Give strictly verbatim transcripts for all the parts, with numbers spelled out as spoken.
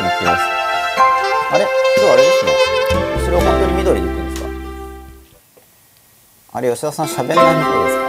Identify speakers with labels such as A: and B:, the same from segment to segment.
A: みきです。あれ、今日あれですね。後ろ本当に緑で行くんですか。あれ、吉田さん喋んないみたいですか。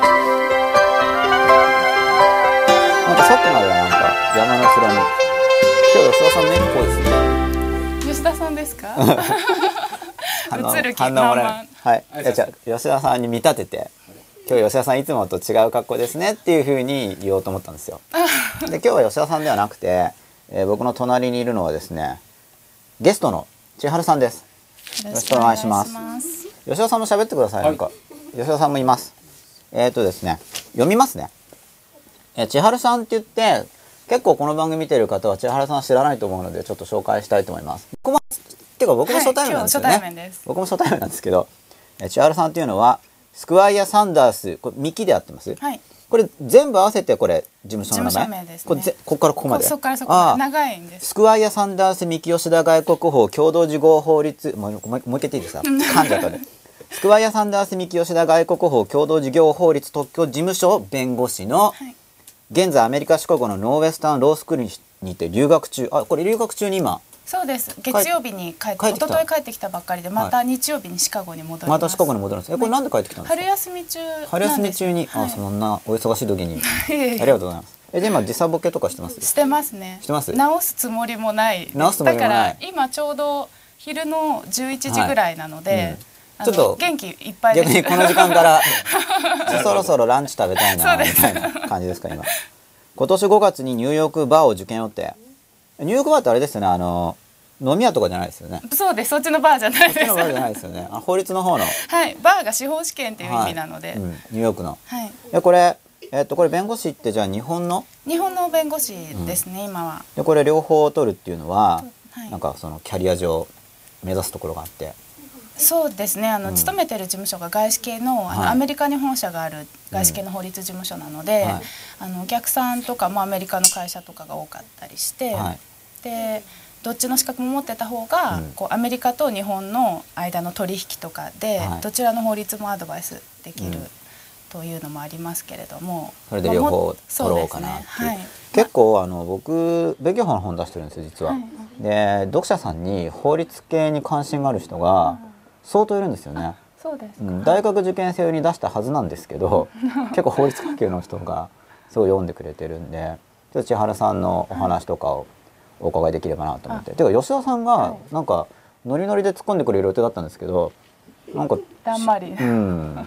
A: なんかさっきまではなんか山の後ろに。今日吉田さんメイクこうですね。
B: 吉田さんですか。映る気
A: 満々。はい。
C: はい、
A: じゃあ吉田さんに見立てて。今日吉田さんいつもと違う格好ですねっていう風に言おうと思ったんですよ。で今日は吉田さんではなくて、えー、僕の隣にいるのはですね、ゲストの千春さんです。よろしくお願いします。吉田さんも喋ってください。なんか、はい、吉田さんもいます。えっとですね、読みますね。えー、千春さんって言って結構この番組見てる方は千春さん知らないと思うのでちょっと紹介したいと思います。僕もっていうか僕も初対面なんですよね。はい、僕も初対面なんですけど、えー、千春さんっていうのはスクワイア・サンダース、これミキで合ってます？はい。これ全部合わせてこれ事務所の名前。事務所名ですね。これぜここからここまで。
B: ここからそこまで。長いんです。
A: スクワイア・サンダースミキ吉田外国法共同事業法律、もうもうもう一回言っていいですか？噛んじゃったね。スクワイア・サンダースミキ吉田外国法共同事業法律特許事務所弁護士の、はい、現在アメリカシカゴのノーウェスタンロースクールにて留学中。あ、これ留学中に今。
B: そうです。月曜日に帰って、一昨日帰ってきたばっかりで、また日曜日にシカゴに戻ります。
A: またシカゴに戻るんです。え、これなんで帰ってきたんですか？
B: 春休み中。
A: 春休み中に、あ、そんなお忙しい時に。ありがとうございます。え、で今時差ボケとかしてます？
B: してますね。
A: してます。
B: 直すつもりもない。
A: 直すつもりもない。
B: だから今ちょうど昼のじゅういちじぐらいなので、
A: ちょっと
B: 元気いっぱいです。
A: 逆にこの時間からそろそろランチ食べたいなみたいな感じですか今。今年ごがつにニューヨークバーを受験予定。ニューヨークバーってあれですよね、あの。飲み屋とかじゃないですよね。
B: そうです。そっちのバーじゃないです。
A: そっちのバーじゃないですよね。あ、法律の方の。
B: はい。バーが司法試験っていう意味なので。はい、うん、
A: ニューヨークの。
B: はい。
A: でこれえっとこれ弁護士ってじゃあ日本の？
B: 日本の弁護士ですね、うん、今は。
A: でこれ両方取るっていうのは、はい、なんかそのキャリア上目指すところがあって。
B: そうですね。あの、うん、勤めてる事務所が外資系の、あの、はい、アメリカに本社がある外資系の法律事務所なので、うん、はい、あのお客さんとかもアメリカの会社とかが多かったりして、はい、で。どっちの資格も持ってた方が、うん、こうアメリカと日本の間の取引とかで、はい、どちらの法律もアドバイスできる、うん、というのもありますけれども、
A: それで両方取ろうかなっていう、はい、結構あの僕勉強法の本出してるんですよ実は、はい、で読者さんに法律系に関心がある人が相当いるんですよね。
B: そうですか。
A: うん、大学受験生に出したはずなんですけど結構法律関係の人がすごい読んでくれてるんで、ちょっと千春さんのお話とかを、はい、お伺いできればなと思って。てか吉田さんがなんかノリノリで突っ込んでくれる予定だったんですけど、なんか
B: だんまり、
A: うん、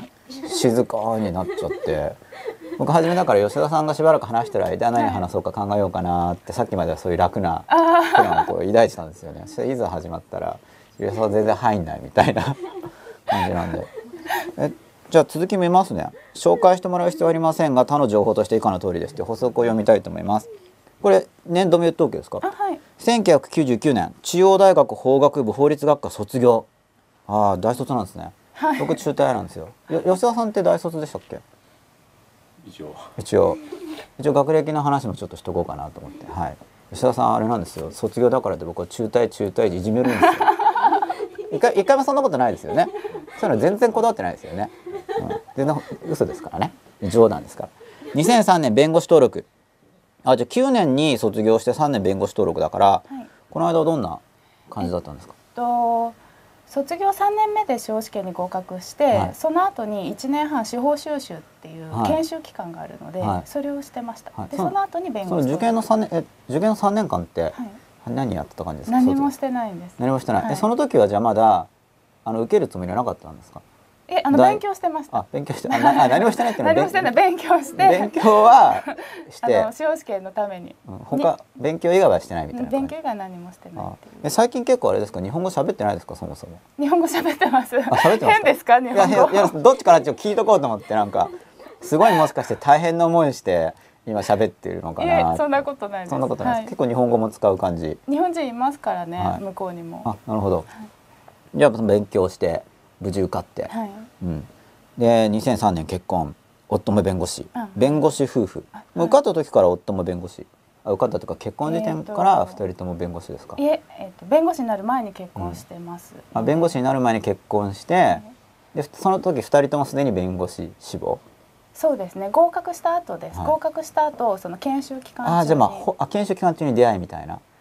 A: 静かになっちゃって、僕初めだから吉田さんがしばらく話してる間何話そうか考えようかなって、さっきまではそういう楽なプランをこう抱いてたんですよね。そしていざ始まったら吉田さん全然入んないみたいな感じなんで、えじゃあ続き見ますね。紹介してもらう必要はありませんが他の情報として以下の通りですって補足を読みたいと思います。これ年度名登記ですか？はい、せんきゅうひゃくきゅうじゅうきゅうねん中央大学法学部法律学科卒業。ああ大卒なんですね。はい、僕中退なんですよ。よ吉田さんって大卒でしたっけ？
C: 一応
A: 一応一応学歴の話もちょっとしとこうかなと思って、はい、吉田さんあれなんですよ、卒業だからって僕は中退中退でいじめるんですよ。一回一回もそんなことないですよね。そういうの全然こだわってないですよね。うん、全然嘘ですからね。冗談ですから。にせんさんねん弁護士登録。あ、じゃあきゅうねんに卒業してさんねん弁護士登録だから、はい、この間はどんな感じだったんですか？
B: えっと卒業さんねんめで司法試験に合格して、はい、その後にいちねんはん司法修習っていう研修期間があるので、はい、それをしてました。はい、でその後に弁護士登録。その受験のさんねんえ受験のさんねんかんって、はい、何やってた感じですか？ 何もしてないんです。
A: 何もしてない。はい、えその時はじゃあまだあの受けるつもりはなかったんですか？
B: え、あの勉強してました。
A: あ、勉強して、あ、なあ何もしてないっていうのは。
B: 何もしてない、勉強して。
A: 勉強はして。
B: あの司法試験のために。
A: うん、他勉強以外はしてないみたいな。
B: 勉強以外何もしてないっていう。
A: え、最近結構あれですか、日本語喋ってないですか、そもそも。
B: 日本語喋ってます。あ、
A: 喋ってます。
B: 変ですか、日本語。
A: いや、いや、どっちからちょっと聞いとこうと思って、なんか。すごいもしかして大変な思いして今喋ってるのかな。
B: そんなことないです。
A: そんなことないです。はい、結構日本語も使う感じ。
B: 日本人いますからね、はい、向こうにも。
A: あ、なるほど。はい、じゃあ勉強して無事受かって。はい、うん。でにせんさんねん結婚、夫も弁護士、うん、弁護士夫婦。もう受かった時から夫も弁護士。あ、受かったとか結婚時点からふたりとも弁護士ですか？
B: いえ、えーと弁護士になる前に結婚してます。
A: うん、あ、弁護士になる前に結婚して、でその時ふたりともすでに弁護士志望。
B: そうですね。合格した後です。はい、合格した後その研修期間中に。
A: あ、じゃあまあほあ研修期間中に出会いみたいな。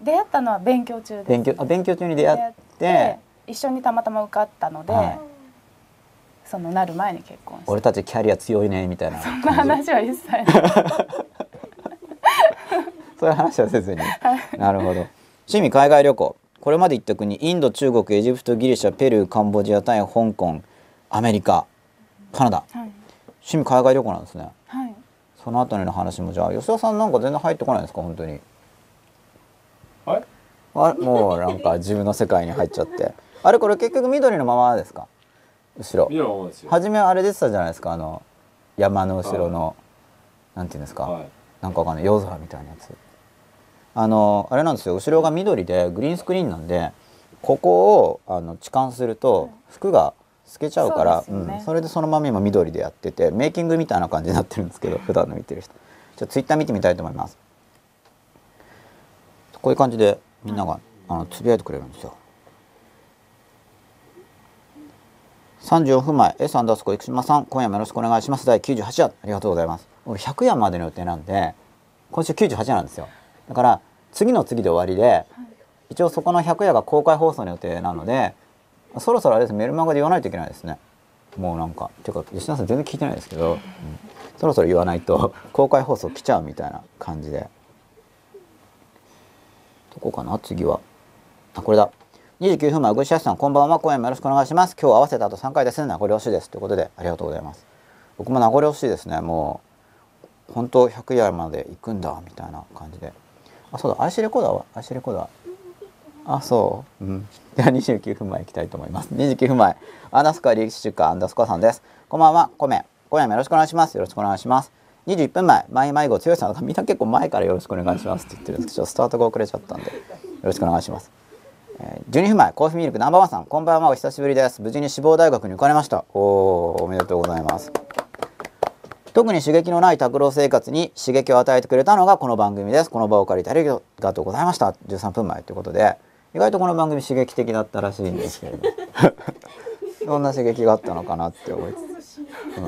B: 出会ったのは勉強中です。
A: 勉強あ勉強中に出会って
B: 一緒にたまたま受かったので、はい、そのなる前に結婚して、
A: 俺たちキャリア強いねみたいな
B: そんな話は一切ない
A: そういう話はせずに、はい、なるほど。趣味海外旅行、これまで行った国インド、中国、エジプト、ギリシャ、ペルー、カンボジア、タイ、香港、アメリカ、カナダ、はい、趣味海外旅行なんですね、はい、そのあたりの話もじゃあ吉田さんなんか全然入ってこないですか本当に。
C: はい、
A: あもうなんか自分の世界に入っちゃってあれこれ結局緑のままですか後ろ。
C: 緑のままですよ。
A: 初めあれ出てたじゃないですかあの山の後ろの、はい、なんていうんですか、はい、なんかわかんない夜空みたいなやつ。あのあれなんですよ後ろが緑でグリーンスクリーンなんでここをあの痴漢すると服が透けちゃうから そ,、ねうん、それでそのまま今緑でやっててメイキングみたいな感じになってるんですけど普段の見てる人ちょっとツイッター見てみたいと思います。こういう感じでみんながあのつぶやいてくれるんですよ。さんじゅうよんふんまえ S アンダースコ生島さん今夜もよろしくお願いします。だいきゅうじゅうはち夜ありがとうございます。俺ひゃく夜までの予定なんで今週きゅうじゅうはち夜なんですよ。だから次の次で終わりで、はい、一応そこのひゃく夜が公開放送の予定なのでそろそろあれですメルマガで言わないといけないですね。もうなんかていうか吉田さん全然聞いてないですけど、うん、そろそろ言わないと公開放送来ちゃうみたいな感じでどこかな次はあこれだにじゅうきゅうふんまえぐしやすさんこんばんは今夜もよろしくお願いします。今日合わせたあとさんかいです名残惜しいですということでありがとうございます。僕も名残惜しいですね。もう本当ひゃく夜まで行くんだみたいな感じであそうだ アイシー レコーダーは アイシー レコーダーあそううんではにじゅうきゅうふんまえいきたいと思います。にじゅうきゅうふんまえアンダースコアリーシュカアンダースコアさんです。こんばんはコメ今夜もよろしくお願いします。よろしくお願いします。にじゅういっぷんまえマイ迷子剛さんがみんな結構前からよろしくお願いしますって言ってるんですけどスタートが遅れちゃったんでよろしくお願いします。えー、じゅうにふんまえコーヒーミルクナンバーワンさんこんばんはお久しぶりです。無事に志望大学に受かりました。おーおめでとうございます。特に刺激のない拓郎生活に刺激を与えてくれたのがこの番組です。この場を借りてありがとうございました。じゅうさんぷんまえということで意外とこの番組刺激的だったらしいんですけれどどんな刺激があったのかなって思いつつ、うん、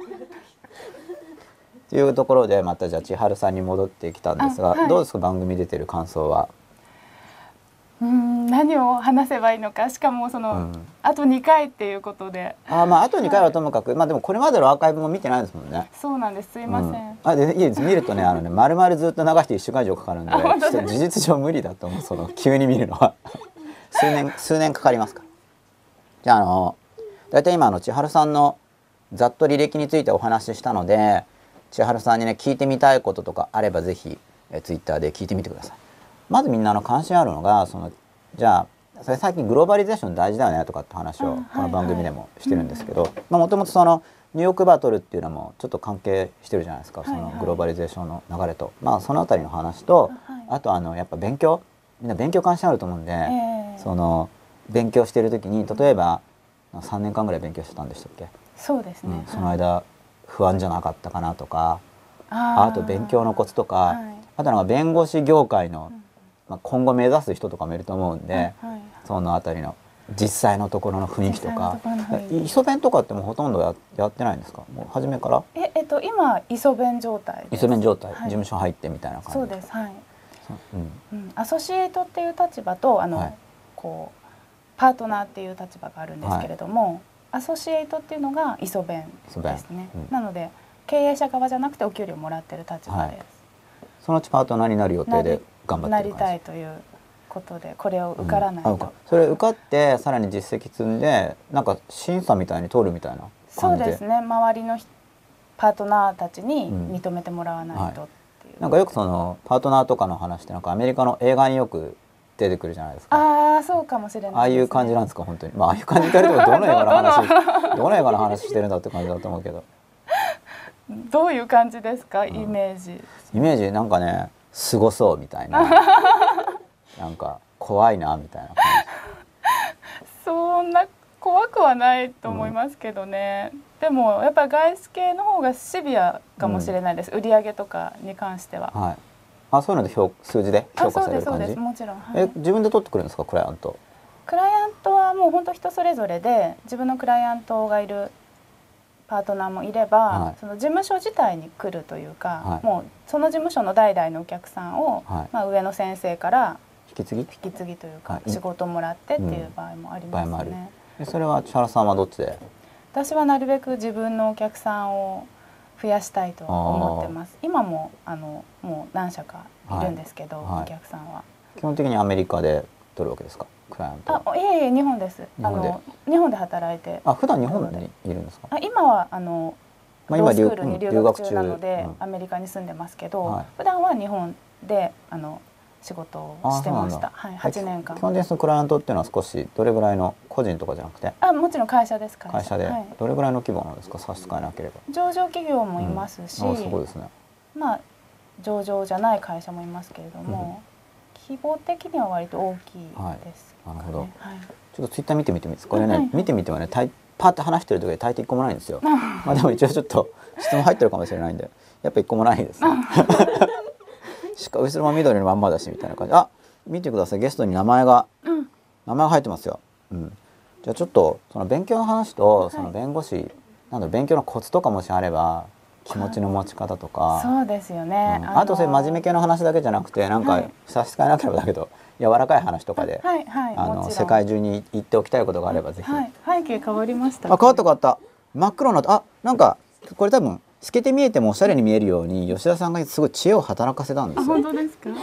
A: というところでまたじゃあ千春さんに戻ってきたんですが、はい、どうですか番組出てる感想は。
B: うーん何を話せばいいのかしかもその、うん、あとにかいっていうことで
A: あまああとにかいはともかく、はい、まあでもこれまでのアーカイブも見てないですもんね。
B: そうなんですすいません、うん、
A: あでいいです見るとねあのね丸々ずっと流していっしゅうかん以上かかるんでちょっと事実上無理だと思うその急に見るのは数年数年かかりますから。じゃああのだいたい今あの千春さんのざっと履歴についてお話ししたので千春さんにね聞いてみたいこととかあればぜひえツイッターで聞いてみてください。まずみんなの関心あるのがそのじゃあそれ最近グローバリゼーション大事だよねとかって話をこの番組でもしてるんですけどもともとそのニューヨークバトルっていうのもちょっと関係してるじゃないですかそのグローバリゼーションの流れと、まあそのあたりの話とあとあのやっぱ勉強みんな勉強関心あると思うんで、えー、その勉強してる時に例えばさんねんかんぐらい勉強してたんでしたっけ。
B: そうですね、
A: うん、その間不安じゃなかったかなとか あ, あと勉強のコツとか、はい、あとなんか弁護士業界の、うんまあ、今後目指す人とかもいると思うんで、はいはい、そのあたりの実際のところの雰囲気とかイソ弁とかってもうほとんど や, やってないんですかもう初めから。
B: え、えっと、今イソ弁状態です。
A: イソ弁状態、はい、事務所入ってみたいな感じ。
B: そうですはい、うんうん、アソシエイトっていう立場とあの、はい、こうパートナーっていう立場があるんですけれども、はい、アソシエイトっていうのがイソ弁ですね、うん、なので経営者側じゃなくてお給料もらってる立場です、はい、
A: そのうちパートナーになる予定で頑張ってる感じ。
B: なりたいということでこれを受からないと、うん、
A: それ受かってさらに実績積んでなんか審査みたいに通るみたいな感じで。
B: そうですね周りのパートナーたちに認めてもらわないとっていう、うんはい、
A: なんかよくそのパートナーとかの話ってなんかアメリカの映画によく出てくるじゃないですか。
B: ああそうかもしれないですね。
A: ああいう感じなんですか本当に。まあああいう感じで言われてもどの映画の話どの映画の話してるんだって感じだと思うけど。
B: どういう感じですか、うん、イメージ。
A: イメージなんかねすごそうみたいななんか怖いなみたいな感
B: じ。そんな怖くはないと思いますけどね、うん、でもやっぱり外資系の方がシビアかもしれないです、うん、売上とかに関しては。
A: はい、あそういうので評数字で評価される感じ。
B: そうですそうですもちろん、はい、
A: え自分で取ってくるんですかクライアント。
B: クライアントはもう本当人それぞれで自分のクライアントがいるパートナーもいれば、はい、その事務所自体に来るというか、はい、もうその事務所の代々のお客さんを、はい、まあ、上の先生から
A: 引き継ぎ
B: 引き継ぎというか、はい、仕事をもらってっていう場合もありますね。
A: うん、それは千原さんはどっちで？
B: 私はなるべく自分のお客さんを増やしたいと思ってます。今もあのもう何社かいるんですけど、はい、お客さんは
A: 基本的にアメリカで取るわけですか？クライアントは。
B: あ、いえいえ、日本です。日本で、あの日本で働いて。
A: あ、普段日本にいるんですか？
B: あ、今はあの、まあ、今ロースクールに留学中なので、うん、アメリカに住んでますけど、はい、普段は日本であの仕事をしてました。はい、はちねんかん。
A: 基本的にそのクライアントっていうのは少しどれぐらいの個人とかじゃなくて？
B: あ、もちろん会社です。会社、
A: 会社で、はい、どれぐらいの規模なんですか？差し支えなければ。
B: 上場企業もいますし、うん、
A: あ、そうですね。
B: まあ上場じゃない会社もいますけれども、うん、規模的には割と大きいです、
A: ね。はい、なるほど。はい、ちょっとツイッター見てみてみます。これね、はい、見てみてはね、パーって話してる時で大抵一個もないんですよ。まあでも一応ちょっと質問入ってるかもしれないんで、やっぱ一個もないですね。しか後ろも緑のまんまだしみたいな感じ。あ、見てください。ゲストに名前が、うん、名前が入ってますよ。うん。じゃあちょっとその勉強の話とその弁護士、はい、なんだろう、勉強のコツとかもしあれば。気持ちの持ち方とか、
B: そうですよね、
A: うん、あとそれ真面目系の話だけじゃなくてなんか差し支えなければだけど柔らかい話とかで、
B: はいはい、
A: あの世界中に行っておきたいことがあればぜひ、
B: はい、背景変わりました、
A: ね、あ、変わった変わった、真っ黒なあ、なんかこれ多分透けて見えてもおしゃれに見えるように吉田さんがすごい知恵を働かせたんですよ。
B: 本当ですか、うん、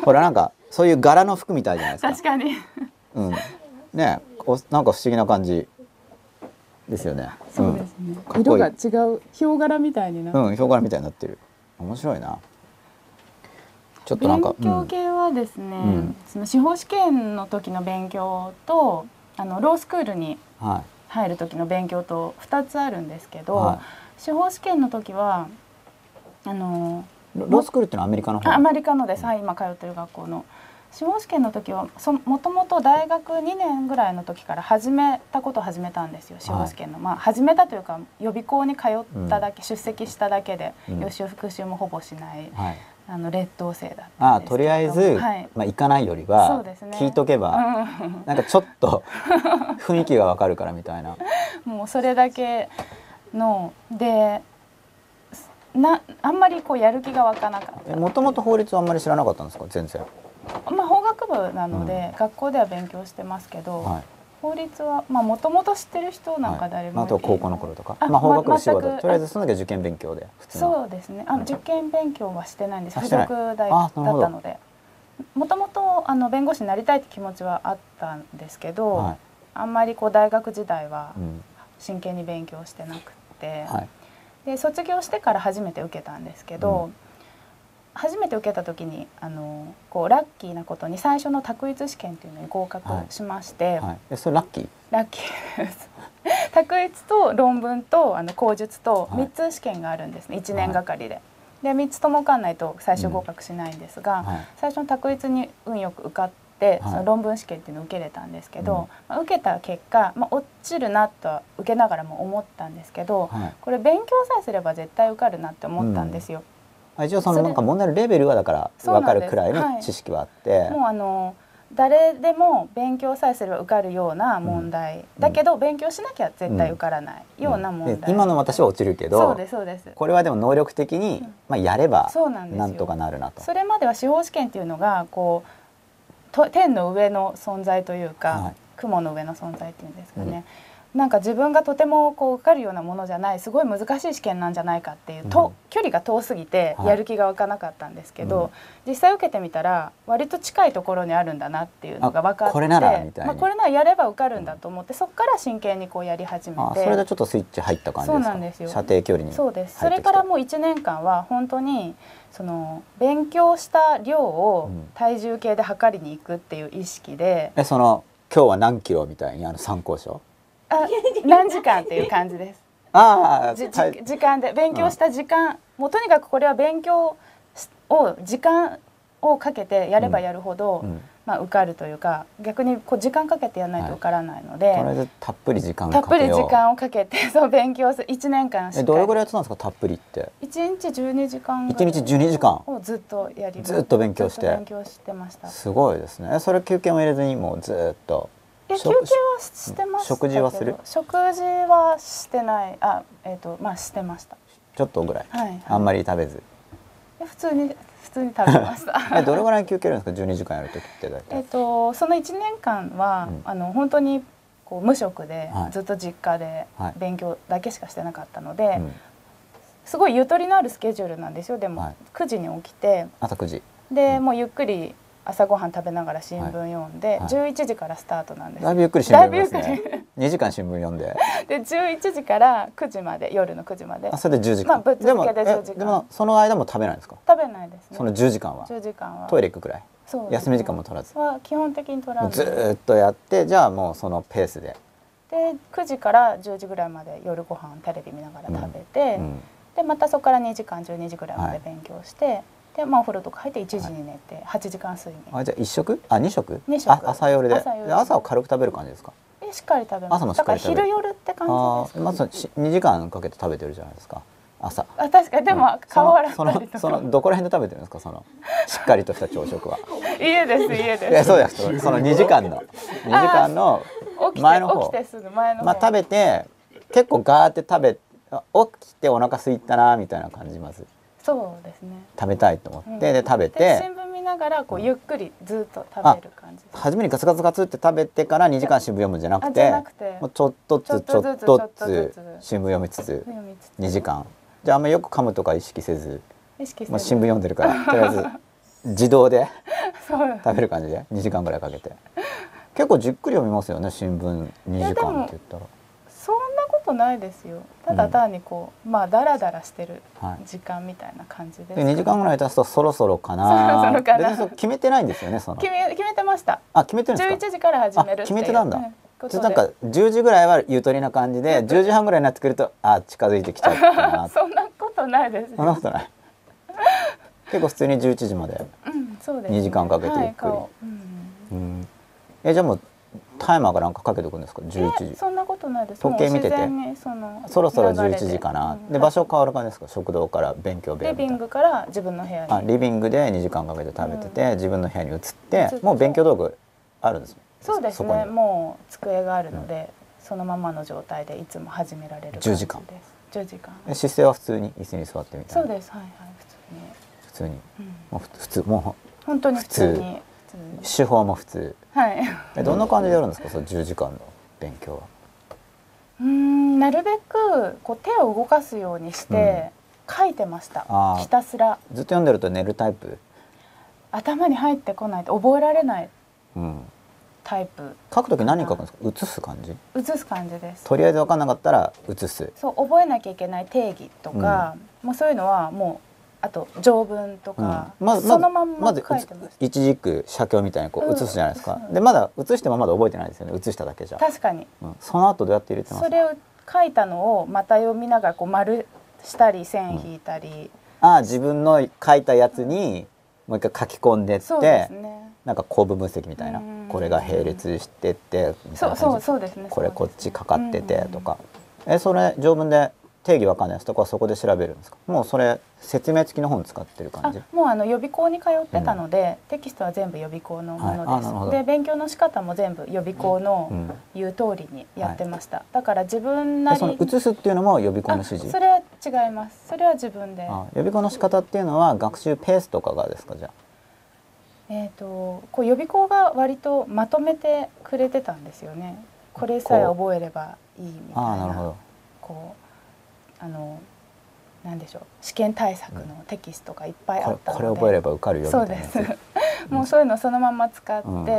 A: ほらなんかそういう柄の服みたいじゃないですか。
B: 確かに、
A: うん、ね、おなんか不思議な感じですよね。
B: そうですね。うん、色が違う、ヒョウ柄みたいになってる。
A: うん、ヒョウ柄みたいになってる。面白いな。ちょっとなんか
B: 勉強系はですね、うん、その司法試験の時の勉強とあのロースクールに入る時の勉強とふたつあるんですけど、はい、司法試験の時はあの
A: ロースクールっていうのはアメリカの方？
B: アメリカのです。はい、今通ってる学校の。司法試験の時はそもともと大学にねんぐらいの時から始めたことを始めたんですよ、司法試験の、はい、まあ始めたというか予備校に通っただけ、うん、出席しただけで、うん、予習復習もほぼしない、はい、あの劣等生だったんですけど、
A: あ、とりあえず、はい、まあ、行かないよりは聞いとけば、ね、なんかちょっと雰囲気がわかるからみたいな
B: もうそれだけのでな、あんまりこうやる気が湧かなかった。
A: もともと法律はあんまり知らなかったんですか？全然。
B: まあ法学部なので、うん、学校では勉強してますけど、はい、法律はまあもともと知ってる人なんか誰もいない、はい、あと
A: 高校の頃とか、あ、まあ法学部仕事、ま、とりあえずその時は受験勉強で普通の。
B: そうですね。あの受験勉強はしてないんです。付属大だったので、もともとあの弁護士になりたいって気持ちはあったんですけど、はい、あんまりこう大学時代は真剣に勉強してなくて、はい、で卒業してから初めて受けたんですけど。うん、初めて受けた時にあのこうラッキーなことに最初の択一試験っていうのに合格しまして、はいはい、
A: え、それラッキー？
B: ラッキーです択一と論文とあの口述とみっつ試験があるんですね、いちねんがかりで。はい、でみっつとも受かんないと最初合格しないんですが、うん、はい、最初の択一に運よく受かって、はい、その論文試験っていうのを受けれたんですけど、うん、まあ、受けた結果、まあ、落ちるなとは受けながらも思ったんですけど、はい、これ勉強さえすれば絶対受かるなって思ったんですよ。
A: うん、一応そのなんか問題のレベルはだから分かるくらいの知識はあって、はい、
B: もうあの誰でも勉強さえすれば受かるような問題、うん、だけど勉強しなきゃ絶対受からないような問題、うん、
A: 今の私は落ちるけど、
B: そうですそうです、
A: これはでも能力的に、まあ、やればなんとかなるなと。
B: それまでは司法試験っていうのがこうと天の上の存在というか、はい、雲の上の存在っていうんですかね、うん、なんか自分がとてもこう受かるようなものじゃない、すごい難しい試験なんじゃないかっていうと、うん、距離が遠すぎてやる気が湧かなかったんですけど、はい、実際受けてみたら割と近いところにあるんだなっていうのが分かって、
A: これならみたいな、
B: まあ、これならやれば受かるんだと思って、うん、そこから真剣にこうやり始めて、あ、
A: それでちょっとスイッチ入った感じですか？そうなんですよ。射程距離に。
B: そうです。それからもういちねんかんは本当にその勉強した量を体重計で測りに行くっていう意識で、
A: うん、え、その今日は何キロみたいにあの参考書、
B: あ、何時間っていう感じです。
A: ああ、
B: じ時間で勉強した時間、うん、もうとにかくこれは勉強を時間をかけてやればやるほど、うんうん、まあ、受かるというか、逆にこう時間かけてやらないと受からないので、
A: はい、とりあえずたっぷり時間
B: たっぷり時間をかけてそう勉強するいちねんかんしか。
A: え、どれぐらいやってたんですか？たっぷりって
B: いちにちじゅうにじかんぐらい、
A: いちにちじゅうにじかん
B: をずっとやり
A: ずっと勉強して
B: 勉強してました。
A: すごいですね。それ休憩も入れずにもうずっと
B: え休憩はしてましたけど。
A: 食事はする？
B: 食事はしてない。あ、えっ、ー、とまあしてました。
A: ちょっとぐらい。
B: はいはい、
A: あんまり食べず。
B: 普通に普通に食べました。
A: えどれぐらい休憩あるんですか？じゅうにじかんやるときって大体。
B: えっとそのいちねんかんは、うん、あの本当にこう無職で、はい、ずっと実家で勉強だけしかしてなかったので、はい、すごいゆとりのあるスケジュールなんですよ。でも、はい、くじに起きて
A: 朝くじ
B: で、うん、もうゆっくり朝ごはん食べながら新聞読んで、はい、じゅういちじからスタートなんです。
A: だいぶゆっくり新聞読みますね。にじかん新聞読んで
B: でじゅういちじからくじまで、夜のくじまで。
A: あ、それでじゅうじかん。
B: まあぶっつけでじゅうじかん。
A: でもその間も食べないんですか？
B: 食べないですね。
A: そのじゅうじかんは。
B: じゅうじかんは
A: トイレ行くくらい。
B: そうですね、
A: 休み時間も取らず。
B: は基本的に取らず。
A: ずっとやって、じゃあもうそのペースで。
B: でくじからじゅうじぐらいまで夜ご飯テレビ見ながら食べて、うんうん、でまたそこからにじかんじゅうにじぐらいまで勉強して、はい、でまあお風呂とか入っていちじに寝て、はい、はちじかん睡眠。あ、
A: じゃあいっ食？あ、に食？
B: に食。
A: あ、朝夜で。朝夜で。朝は軽く食べる感じですか？
B: え、しっかり食べます。
A: 朝もしっかり食べる。
B: だから昼夜って感じです。
A: あ、まずにじかんかけて食べてるじゃないですか。朝。
B: あ、確かに。でも、うん、顔洗ったりとか。
A: そのそのどこら辺で食べてるんですか？そのしっかりとした朝食は。
B: 家です、家です。
A: いや、そうです。そのにじかんのにじかんの前の方。
B: 起きてすぐ前の方。
A: まあ食べて結構ガーって食べ、起きてお腹空いたなみたいな感じ。まず。
B: そうですね。
A: 食べたいと思って、うん、で食べて。
B: 新聞見ながらこうゆっくりずっと食べる感じ。
A: 初めにガツガツガツって食べてからにじかん新聞読むんじゃなくて、もうちょっとずつちょっとずつ新聞読みつつにじかん。じゃああんまりよく噛むとか意識せず、
B: 意識せず、
A: まあ新聞読んでるからとりあえず自動で食べる感じでにじかんぐらいかけて。結構じっくり読みますよね、新聞にじかんって言ったら。
B: そんなことないですよ。ただ単にこう、うん、まあダラダラしてる時間みたいな感じです、ね。
A: でにじかんぐらい経つとそろそろかな。そろそろかな。別に決めてないんですよね、その。
B: 決め決めてました。
A: あ、決めてるんですか。
B: じゅういちじから始めるっていう。
A: 決めてたんだ。うん、なんかじゅうじぐらいはゆとりな感じで、じゅうじはんぐらいになってくると、あ、近づいてきちゃったな。
B: そんなことないです。
A: そんなことない。結構普通にじゅういちじまでにじかんかけてゆっくり。うん。え、じゃあもうタイマーかなんかかけておくんですか？じゅういちじ。
B: そんなことないです。
A: 時計見てて、
B: その
A: そろそろじゅういちじかな。で場所変わる感じですか？食堂から勉強部屋。
B: リビングから自分の部屋に。
A: あ、リビングでにじかんかけて食べてて、自分の部屋に移って、もう勉強道具あるんです。
B: そうですね。もう机があるので、そのままの状態でいつも始められる感じです。
A: じゅうじかん。
B: じゅうじかん。
A: 姿勢は普通に椅子に座ってみたいな。
B: そうです。はいはい、
A: 普通に。普通に。もう普通、も
B: う本当に普通に。
A: 手法も普通。
B: はい。
A: え、どんな感じでやるんですか？そのじゅうじかんの勉強は。
B: うん、なるべくこう手を動かすようにして書いてました。うん、ひたすら。
A: ずっと読んでると寝るタイプ？
B: 頭に入ってこないと覚えられない。うん。タイプ。
A: 書くとき何書くんですか？写す感じ？
B: 写す感じです。
A: とりあえず分かんなかったら写す。
B: そう、覚えなきゃいけない定義とか、うん、もうそういうのはもう。あと条文とか、うん、まずそのまんま書いてました。まず
A: 一軸写経みたいにこう写すじゃないですか。うん、でまだ写してもまだ覚えてないですよね。写しただけじゃ。
B: 確かに。
A: うん、その後どうやって入れてますか？
B: それを書いたのをまた読みながらこう丸したり線引いたり。
A: うん、ああ、自分の書いたやつにもう一回書き込んでって、そうですね、なんか構文分析みたいな、これが並列してってみたいな感じ。そうそうそうですね。これこっちかかっててとか。え、それ条文で定義わかんないやつとかはそこで調べるんですか？もうそれ説明付きの本使ってる感じ？
B: もうあの予備校に通ってたので、うん、テキストは全部予備校のものです。はい、で勉強の仕方も全部予備校の言う通りにやってました。うん、はい、だから自分なりに。
A: その写すっていうのも予備校の指示？
B: それは違います。それは自分で。
A: あ、予備校の仕方っていうのは学習ペースとかがですか？じゃあ。
B: えっとこう予備校が割とまとめてくれてたんですよね。これさえ覚えればいいみたいな。
A: あ、なるほど。
B: こう。あのなんでしょう、試験対策のテキストがいっぱいあったので、
A: これ覚えれば受かるよみたいなやつ。
B: そうですもうそういうのそのまま使って、うん、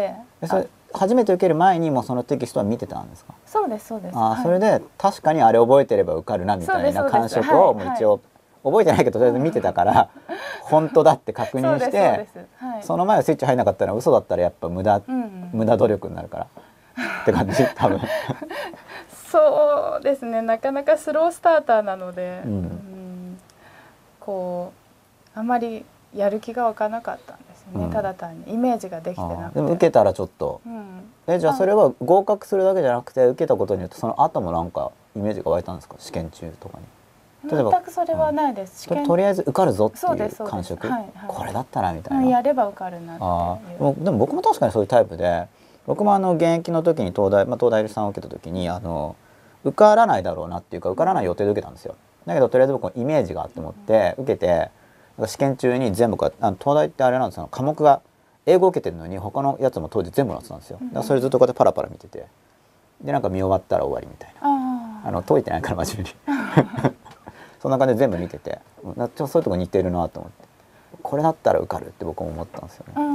A: それ初めて受ける前にもそのテキストは見てたんですか？
B: そうですそうです。
A: あ、はい、それで確かにあれ覚えてれば受かるなみたいな感触をもう一応覚えてないけどとりあえず見てたから本当だって確認して、その前はスイッチ入らなかったら嘘だったらやっぱ無駄、うんうん、無駄努力になるからって感じ多分。
B: そうですね、なかなかスロースターターなので、うん、うん、こうあまりやる気が湧かなかったんですよね。うん、ただ単にイメージができてなくて。
A: でも受けたらちょっと、うん、え、じゃあそれは合格するだけじゃなくて受けたことによってその後もなんかイメージが湧いたんですか？試験中とかに。
B: 全くそれはないです。
A: うん、と, とりあえず受かるぞっていう感触、はいはい、これだったらみたいな。
B: やれば受かるなっていう。
A: あ、でも僕も確かにそういうタイプで、 僕もあの現役の時に東大、まあ、東大さんを受けた時にあの受からないだろうなっていうか受からない予定で受けたんですよ。だけどとりあえず僕イメージがあって思って受けて、試験中に全部こうあの東大ってあれなんですよ、科目が英語受けてるのに他のやつも当時全部載ってたんですよ。だからそれずっとこうやってパラパラ見てて、でなんか見終わったら終わりみたいな、あの解いてないから真面目にそんな感じで全部見てて、ちょっとそういうとこ似てるなと思って、これだったら受かるって僕も思ったんですよね。
B: うん、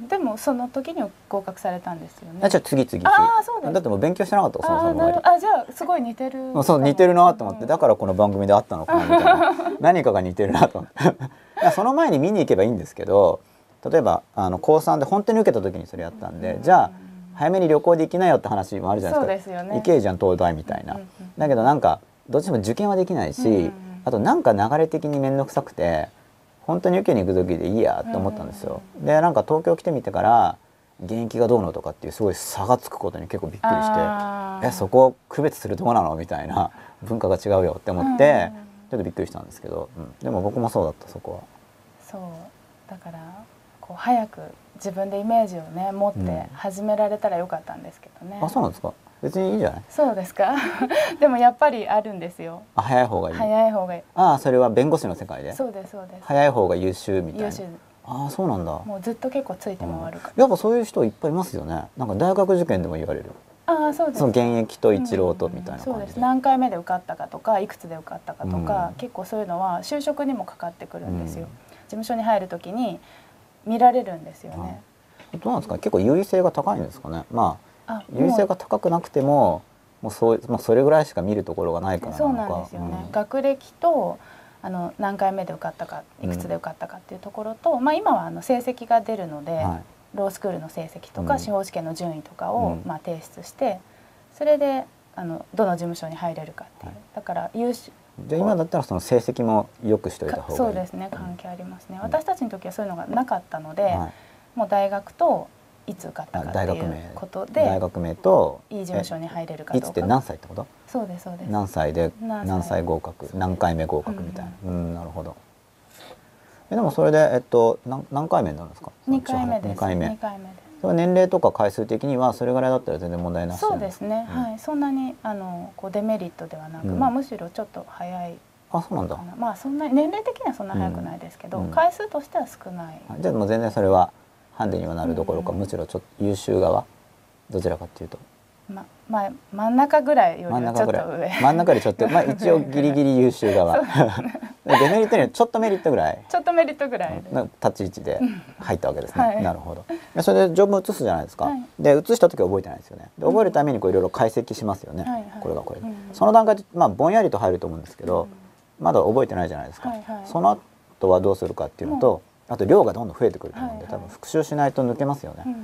B: でもその時に合格されたんですよね。
A: あ、じゃあ次次次。
B: あ、そうです。
A: だってもう勉強してなかったそもそも。
B: あ、じゃあすごい似てる。
A: そう似てるなと思って、だからこの番組であったのかなみたいな何かが似てるなと思ってその前に見に行けばいいんですけど、例えばあの高さんで本当に受けた時にそれやったんで、じゃあ早めに旅行で行きなよって話もあるじゃないですか。
B: そうですよね。
A: 行けじゃん東大みたいな。だけどなんかどっちも受験はできないし、あとなんか流れ的に面倒くさくて本当に受けに行く時でいいやって思ったんですよ。でなんか東京来てみてから現役がどうのとかっていうすごい差がつくことに結構びっくりして、えそこを区別するとこなのみたいな、文化が違うよって思ってちょっとびっくりしたんですけど、うん、でも僕もそうだった。そこは
B: そうだからこう早く自分でイメージをね持って始められたらよかったんですけどね。
A: うん、あ、そうなんですか。別にいいんじゃない。
B: そうですかでもやっぱりあるんですよ。
A: あ、早い方がいい。
B: 早い方がいい。
A: ああ、それは弁護士の世界で。
B: そうですそうです。
A: 早い方が優秀みたいな。
B: 優秀。
A: ああ、そうなんだ。
B: もうずっと結構ついて回るから、うん、
A: やっぱそういう人いっぱいいますよね。なんか大学受験でも言われる。
B: ああ、そうです。
A: その現役と一浪とみたいな感じで、
B: うん、そうです。何回目で受かったかとかいくつで受かったかとか、うん、結構そういうのは就職にもかかってくるんですよ、うん、事務所に入る時に見られるんですよね。
A: どうなんですか。結構優位性が高いんですかね。まあ優位性が高くなくてももうそう、まあ、それぐらいしか見るところがないからなのか。
B: そうなんですよね、うん、学歴とあの何回目で受かったかいくつで受かったかっていうところと、うん、まあ、今はあの成績が出るので、はい、ロースクールの成績とか、うん、司法試験の順位とかを、うん、まあ、提出してそれであのどの事務所に入れるかっていう、はい、だから優秀
A: じゃあ今だったらその成績も良くしといた方がいい。
B: そうですね、関係ありますね、うん、私たちの時はそういうのがなかったので、はい、もう大学といつ受かったかっていうことで
A: 大学名と
B: いい事務所に入れるかどうか。
A: いつって何歳ってこと？
B: そうですそうです。
A: 何歳で何歳合格、何回目合格みたいな。うん、うん、なるほど。えでもそれでえっと何何回目になるんですか？
B: にかいめです。
A: にかいめ。
B: にかいめです。
A: それは年齢とか回数的にはそれぐらいだったら全然問題なし。
B: そうですね、うん、はい、そんなにあのこうデメリットではなく、うん、まあむしろちょっと早い。
A: あ、そうなんだ。
B: まあそんな年齢的にはそんな早くないですけど、うん、回数としては少ない。
A: じゃあもう全然それはハンデにはなるどころか、うん、むしろちょっと優秀側どちらかっていうと、ま
B: まあ、真ん中ぐらいよりはちょっと上。
A: 真ん中よりちょっと、まあ、一応ギリギリ優秀側デメリットにはちょっとメリットぐらい
B: ちょっとメリットぐらい
A: の立ち位置で入ったわけですね、はい、なるほど。それで条文移すじゃないですか、はい、で移した時は覚えてないですよね。で覚えるためにこういろいろ解析しますよね、はいはい、これがこれで、うん、その段階で、まあ、ぼんやりと入ると思うんですけど、うん、まだ覚えてないじゃないですか、はいはい、その後はどうするかっていうのと、あと量がどんどん増えてくると思うんで、はいはい、多分復習しないと抜けますよね、うんうん、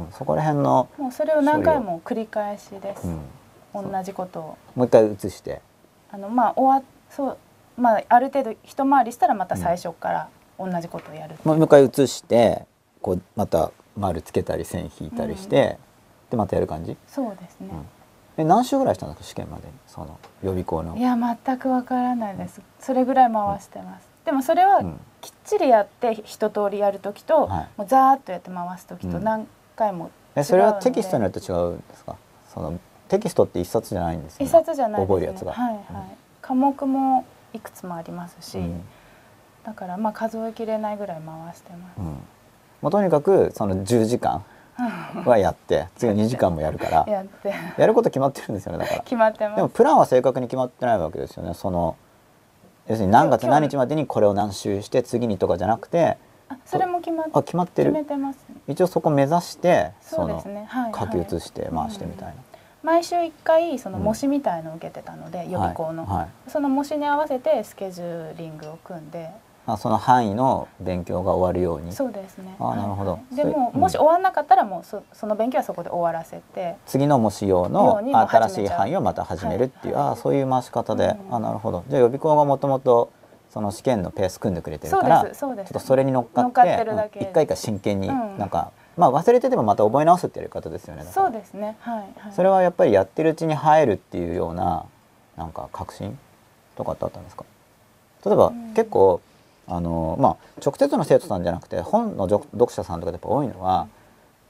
A: そこら辺の
B: もうそれを何回も繰り返しです、うん、同じことを
A: もう一回移して
B: あの、まあ、終わそう、まあ、ある程度一回りしたらまた最初から同じことをやる、
A: うん、もう一回移してこうまた丸つけたり線引いたりして、うん、でまたやる感じ。
B: そうですね、
A: うん、え何週ぐらいしたんですか試験までにその予備校の。
B: いや全くわからないです、それぐらい回してます、うん、でもそれはきっちりやって一通りやる時と、はい、もうザーッとやって回す時と何回も違うので、
A: うん、えそれはテキストによって違うんですか？そのテキストって一冊じゃないんですよね。
B: 一冊じゃないですね。
A: 覚えるやつが。
B: はいはい。うん、科目もいくつもありますし、うん、だからまあ数えきれないぐらい回してます。うん、も
A: うとにかくそのじゅうじかんはやって次はにじかんもやるから
B: やって
A: やること決まってるんですよね。だから
B: 決まってます。
A: でもプランは正確に決まってないわけですよね。その要するに何月何日までにこれを何周して次にとかじゃなくて、
B: あそれも決まって
A: あ決まってる。
B: 決めてます、ね、
A: 一応そこ目指して
B: そうですね、はい、
A: 書き写して回してみたいな。うん、
B: 毎週いっかいその模試みたいのを受けてたので、うん、予備校の、はいはい、その模試に合わせてスケジューリングを組んで、
A: あその範囲の勉強が終わるように。
B: そうですね。
A: あなるほど。
B: でも、うん、もし終わんなかったらもう そ, その勉強はそこで終わらせて
A: 次の模試用の新しい範囲をまた始めるっていう、はいはい、あそういう回し方で、うん、あなるほど。じゃあ予備校がもともとその試験のペース組んでくれてるからちょっとそれに乗っかって一回一回真剣になんか、うん、まあ忘れててもまた覚え直すってやり方ですよね。
B: そうですね、はいはい、
A: それはやっぱりやってるうちに入るっていうようななんか確信とかってあったんですか？例えば、うん、結構あのまあ直接の生徒さんじゃなくて本の読者さんとかでやっぱ多いのは、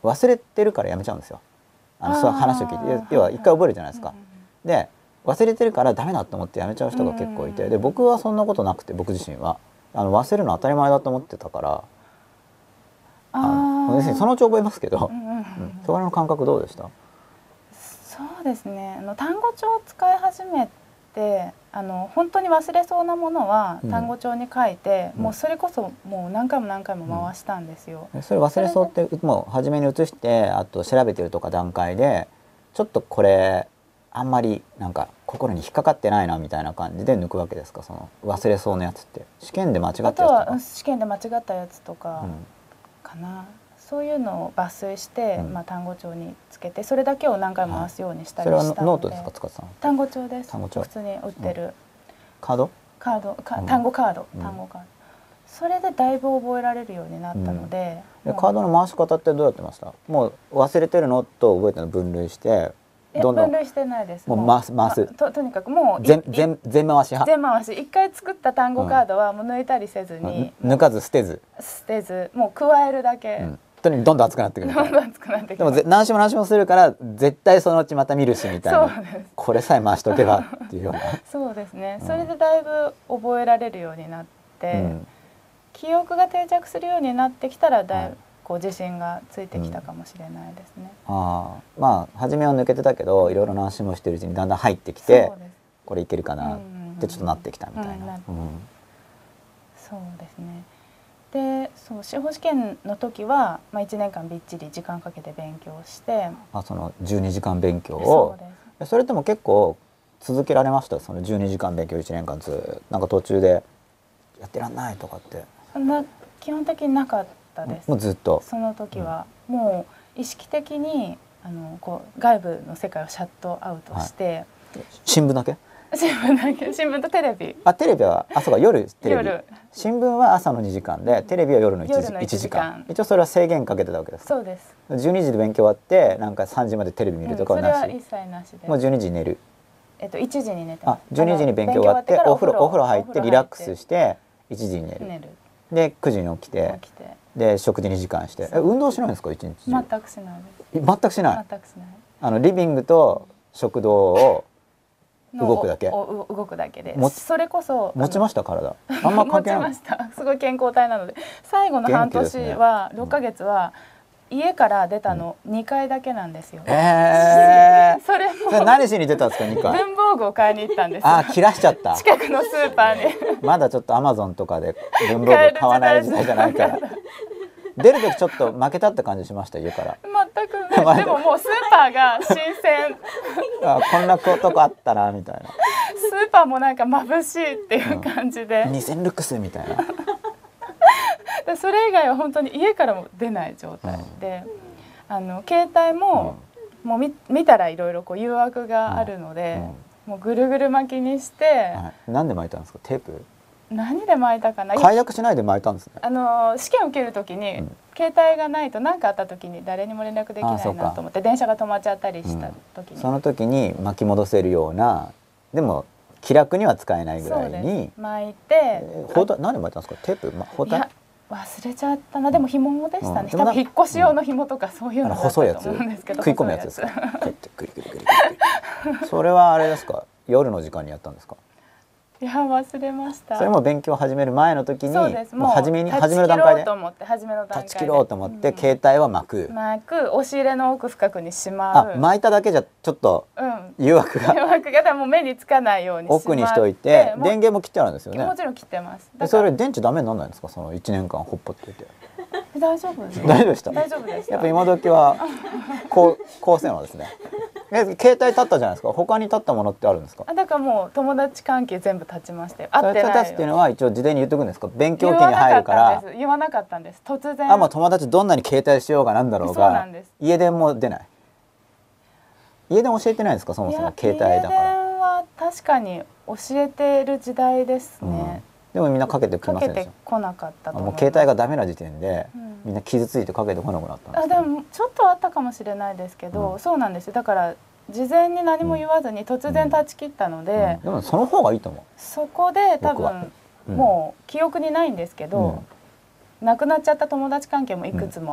A: 忘れてるからやめちゃうんですよ。あのそう話を聞いて、要は一回覚えるじゃないですか。で忘れてるからダメだと思ってやめちゃう人が結構いて、で僕はそんなことなくて、僕自身はあの忘れるの当たり前だと思ってたから、あの要するにそのうち覚えますけど、そこらの感覚どうでした？
B: そうですね、あの単語帳を使い始めて、あの本当に忘れそうなものは単語帳に書いて、うん、もうそれこそもう何回も何回も回したんですよ。
A: うん、それ忘れそうってもう初めに移して、あと調べてるとか段階でちょっとこれあんまりなんか心に引っかかってないなみたいな感じで抜くわけですか？その忘れそうなやつって。試験で間違ったやつとか。あとは
B: 試験で間違ったやつとかかな、うん、そういうのを抜粋して、うん、まあ、単語帳につけてそれだけを何回も回すようにしたりしたので、はい、
A: それはノートですか？使ってたの？
B: 単語帳です。
A: 単語帳。
B: 普通に売ってる、うん、
A: カード
B: カードか、単語カード、うん、単語カード、それでだいぶ覚えられるようになったので、
A: うん、でカードの回し方ってどうやってました？もう忘れてるのと覚えてるの分類して
B: どんどん分類してないです。
A: もう回す回す、
B: と, とにかくもう
A: 全全全回し派。
B: 全回し。一回作った単語カードはもう抜いたりせずに、
A: うん、抜かず捨てず
B: 捨てず、もう加えるだけ、うん、
A: とにかくどんどん熱くなってくる。
B: どんどん熱くなってくる。
A: でも何しも何しもするから絶対そのうちまた見るしみたいな。
B: そうです。
A: これさえ回しとけばっていうような。
B: そうですね。それでだいぶ覚えられるようになって、うん、記憶が定着するようになってきたらだいぶ、はい、こう自信がついてきたかもしれないですね。
A: うん、ああ、まあ初めは抜けてたけどいろいろ何しもしてるうちにだんだん入ってきて、これいけるかなってちょっとなってきたみたいな。
B: そうですね。で、そう司法試験の時は、まあ、いちねんかんびっちり時間かけて勉強して、
A: あ、そのじゅうにじかん勉強を そ, それとも結構続けられました？そのじゅうにじかん勉強いちねんかんずなんか途中でやってらんないとかって。
B: そんな基本的になかったです。
A: もうずっと
B: その時は、うん、もう意識的にあのこう外部の世界をシャットアウトして、はい、
A: 新聞だけ
B: 新聞だけ新聞とテレビ。
A: あ、テレビは朝が夜テレビ。夜。新聞は朝のにじかんで、テレビは夜のいちじ、いちじかん。一応それは制限かけてたわけです。
B: そうです。
A: じゅうにじで勉強終わってなんかさんじまでテレビ見るとかはなし。
B: うん、それは一切なしで。
A: もうじゅうにじに寝る。
B: えっといちじに寝てます。
A: あ、じゅうにじに勉強終わってお風呂お風呂入ってリラックスしていちじに寝る。寝る。でくじに起きて、起きてで食事にじかんして。え、運動しないんですか？一日中。
B: 全くしない
A: です。全くしない。
B: 全くしない。あ
A: のリビングと食堂を動くだけ。
B: 動くだけで。それこそ
A: 持ちました体。あんま関係ない。
B: 持ちました。すごい健康体なので、最後の半年はろっかげつは家から出たのにかいだけなんですよ。
A: ええ。
B: それも。
A: それ何しに出たんですか？にかい。
B: 文房具を買いに行ったんです。
A: あ、切らしちゃった。
B: 近くのスーパーに。
A: まだちょっとアマゾンとかで文房具買わない時代じゃないから。出る時ちょっと負けたって感じしました。家から。
B: 全くない。でももうスーパーが新鮮。
A: あ、こんなとこあったなみたいな。
B: スーパーもなんか眩しいっていう感じで、
A: うん、にせんルックスみたいな。
B: それ以外は本当に家からも出ない状態で、うん、あの携帯も、うん、もう 見, 見たらいろいろこう誘惑があるので、うん、もうぐるぐる巻きにして、
A: はい、何で巻いたんですか？テープ？
B: 何で巻いたかな。
A: 解約しないで巻いたんですね。
B: あの試験を受ける時に、うん、携帯がないと何かあった時に誰にも連絡できないなと思って、電車が止まっちゃったりした時に、うん、
A: その時に巻き戻せるような、でも気楽には使えないぐらいに
B: 巻いて、
A: えー、包帯何で巻いたんですか？テープ、ま、包帯？いや
B: 忘れちゃったな。でも紐でしたね、うん、多分引っ越し用の紐とかそういうのだったと思うんですけど、
A: 細いやつ、食い込むやつですか？グリグリグリグリグリそれはあれですか？夜の時間にやったんですか？
B: いや忘れました。
A: それも勉強を始める前の時に、
B: そうです。もう
A: 初めに始める段階で
B: と思って始めの段階で
A: 断ち切ろうと思って、うん、携帯は巻く
B: 巻く、押し入れの奥深くにしまう。
A: あ、巻いただけじゃちょっと誘惑が、
B: うん、誘惑がもう目につかないようにしまって
A: 奥にしといて、電源も切ってあるんですよね。
B: もちろん切ってます。
A: それ電池ダメにならないんですか？そのいちねんかんほっぽってて。
B: 大丈夫です。
A: 大丈夫でした。
B: 大丈夫です。
A: やっぱ今時は高高性能ですね。え、携帯立ったじゃないですか。他に立ったものってあるんですか？
B: あ、だからもう友達関係全部立ちましたよ。会ってないよ。
A: それ立つっていうのは一応事前に言っとくんですか？勉強期に入るから。
B: 言わなかったんです。突然。
A: あ、もう友達どんなに携帯しようがなんだろうが。
B: そうなんです。
A: 家電も出ない。家電教えてないんですか？そもそも携帯だから。家電
B: は確かに教えてる時代ですね。
A: うんでもみんなかけてくれませんでした。
B: かけてこなかったと思う。
A: もう携帯がダメな時点で、うん、みんな傷ついてかけてこなくなったんです、ね。
B: あ、でもちょっとあったかもしれないですけど、うん、そうなんですよ。だから事前に何も言わずに突然断ち切ったので、うんうん、
A: でもその方がいいと思う。
B: そこで多分、もう記憶にないんですけど、うん、亡くなっちゃった友達関係もいくつもあっ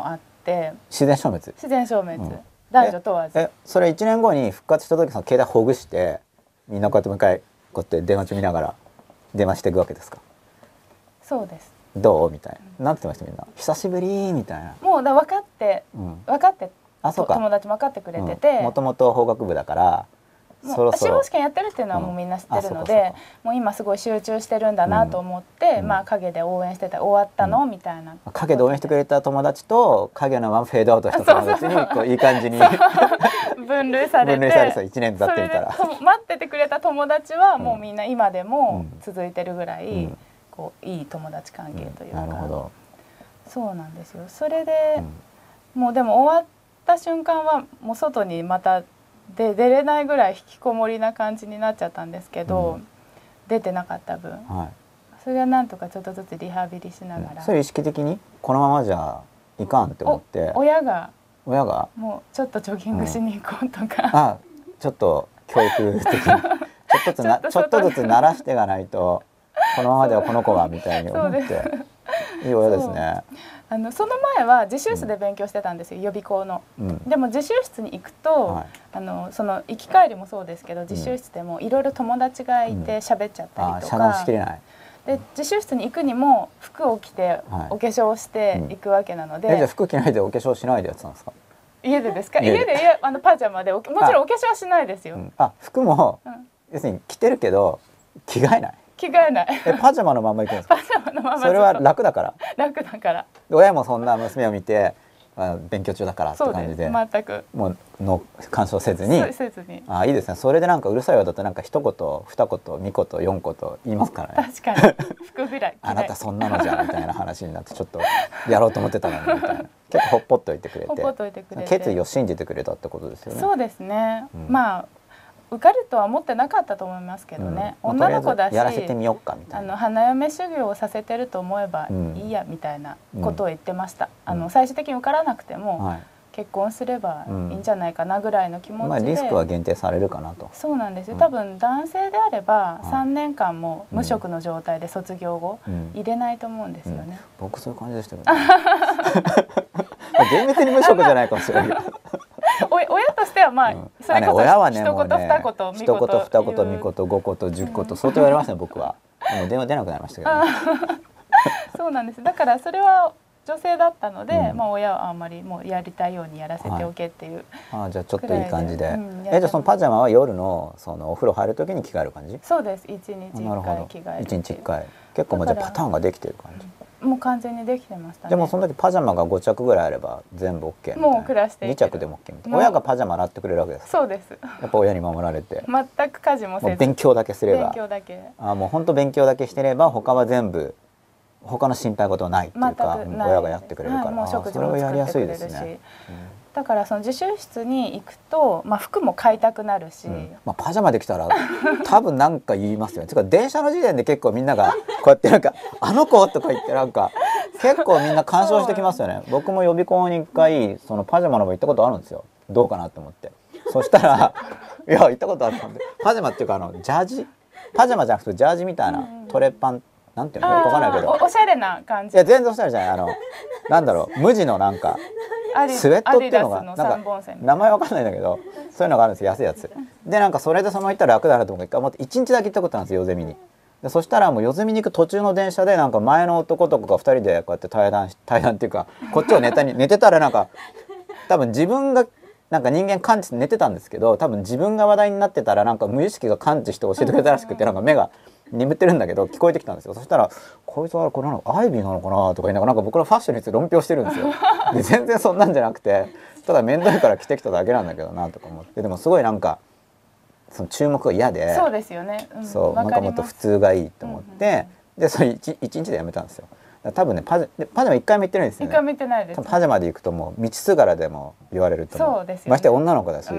B: て
A: 自然消滅
B: 自然消滅、うん、男女問わず。
A: えそれいちねんごに復活した時その携帯ほぐしてみんなこうやってもう一回こうやって電話中見ながら電話していくわけですか？
B: そうです。
A: どうみたいな、うん、なんて言ってましたみんな久しぶりみたいな。
B: もうだ分かって、うん、分かってあそうか友達も分かってくれてて、
A: もともと法学部だから
B: もうそろそろ司法試験やってるっていうのはもうみんな知ってるので、うん、もう今すごい集中してるんだなと思って、うん、まあ陰で応援してた終わったの、うん、みたいな
A: 陰で応援してくれた友達と影のままフェードアウトした友達にこういい感じに
B: 分類されて
A: 分類されていちねん経ってみたら
B: 待っててくれた友達はもうみんな今でも続いてるぐらい、うん、こういい友達関係というか、
A: うん、なるほど。
B: そうなんですよ。それで、うん、もうでも終わった瞬間はもう外にまたで出れないぐらい引きこもりな感じになっちゃったんですけど、うん、出てなかった分、はい、それはなんとかちょっとずつリハビリしながら、
A: うん、それ意識的にこのままじゃいかんって思って
B: 親が
A: 親が
B: もうちょっとジョギングしに行こうとか、
A: うん、あちょっと教育的にちょっとずつなちょっとずつ慣らしていかないとこのままではこの子がみたいに思っていい親ですね。
B: あのその前は自習室で勉強してたんですよ、予備校の、うん、でも自習室に行くと、はい、あのその行き帰りもそうですけど自習室でもいろいろ友達がいて喋っちゃったりとか、
A: 遮断しきれない。
B: で自習室に行くにも服を着てお化粧して行くわけなので、
A: はいうん、えじゃあ服着ないでお化粧しないでやってたんですか？
B: 家でですか？家で家でいやあのパジャマでもちろんお化粧はしないですよ。
A: あ、うん、あ服も、うん、要するに着てるけど着替えない。
B: 着替えない。
A: えパジャマのまま行くんですか？
B: パジャマのまま。
A: それは楽だから。
B: 楽だから。
A: 親もそんな娘を見て、あ、勉強中だからって感じで、
B: 全く
A: もうの干渉せずに。
B: せずに。
A: あ、いいですね。それでなんかうるさい親だとなんか一言、二言、三言、四言言いますから
B: ね。確かに。服ぐらい。
A: あなたそんなのじゃんみたいな話になってちょっとやろうと思ってたのにみたいな。結構ほっぽっといてくれて。
B: ほっぽっといてくれて。
A: 決意を信じてくれたってことですよね。
B: そうですね。うん、まあ。受かるとは思ってなかったと思いますけどね、うん、女の子だし
A: やらせてみようかみたいな、
B: あの花嫁修行をさせてると思えばいいやみたいなことを言ってました、うん、あの最終的に受からなくても、はい、結婚すればいいんじゃないかなぐらいの気持ちで、まあ、
A: リスクは限定されるかなと。
B: そうなんですよ。多分男性であればさんねんかんも無職の状態で卒業後入れないと思うんですよね、うんうん、
A: 僕そういう感じでしたけど、ね、厳密に無職じゃないかもしれないけど
B: お親としてはまあ、うん、それこそ
A: 親はね
B: 一言二言
A: 一言二言三言五言十言相当言われましたね僕は。でも電話出なくなりましたけど、ね、
B: そうなんです。だからそれは女性だったので、うん、まあ親はあんまりもうやりたいようにやらせておけっていう、
A: はい、あじゃあちょっといい感じで、うん、えじゃあそのパジャマは夜のそのお風呂入る時に着替える感じ？
B: そうです。一日一回着替える。
A: 一日一回。結構もうじゃあパターンができてる感じ。
B: もう完全にできてましたね。
A: でもその時パジャマがご着ぐらいあれば全部 OK みたいな。
B: もう暮らしていける。
A: に着でも OK みたいな。親がパジャマ洗ってくれるわけですか？
B: そうです。
A: やっぱ親に守られて
B: 全く家事もせず
A: もう勉強だけすれば、
B: 勉強だけ
A: あもう本当勉強だけしてれば他は全部他の心配事はないっていうか親がやってくれるから、はい、
B: もう食事も作ってくれるし、ねうん、だからその自習室に行くと、まあ、服も買いたくなるし、うん
A: まあ、パジャマで来たら多分なんか言いますよね。てか電車の時点で結構みんながこうやってなんか「あの子」とか言ってなんか結構みんな干渉してきますよね。僕も予備校に一回そのパジャマの方行ったことあるんですよ。どうかなと思って。そしたらいや行ったことあったんでパジャマっていうかあのジャージパジャマじゃなくてジャージみたいなトレパンなんていうのか分かんないけど
B: お, おしゃれな感じ。
A: いや全然おしゃれじゃない。あのなんだろう無地のなんかスウェットっていうのがなんか名前わかんないんだけどそういうのがあるんですよ。安いやつでなんかそれでその行ったら楽だなと思って一回もっていちにちだけ行ったことなんですよ夜ゼミに。でそしたらもう夜ゼミに行く途中の電車でなんか前の男とかがふたりでこうやって対談対談っていうかこっちをネタに寝てたらなんか多分自分がなんか人間感知して寝てたんですけど多分自分が話題になってたらなんか無意識が感知して教えてくれたらしくてなんか目が眠ってるんだけど聞こえてきたんですよ。そしたらこいつはこれなのアイビーなのかなとか言いながらなんか僕のファッションについて論評してるんですよ。で全然そんなんじゃなくてただ面倒いから着てきただけなんだけどなとか思ってでもすごいなんかその注目が嫌で
B: そうですよね、うん、
A: そうなんかもっと普通がいいと思って、うんうん、でそれ一日でやめたんですよ。多分ねパジャパジャマ一回も行ってないですよね。
B: 一回も行ってないです。
A: パジャマで行くともう道すがらでも言われると思う。そうですよね。まして女の子だし、うん、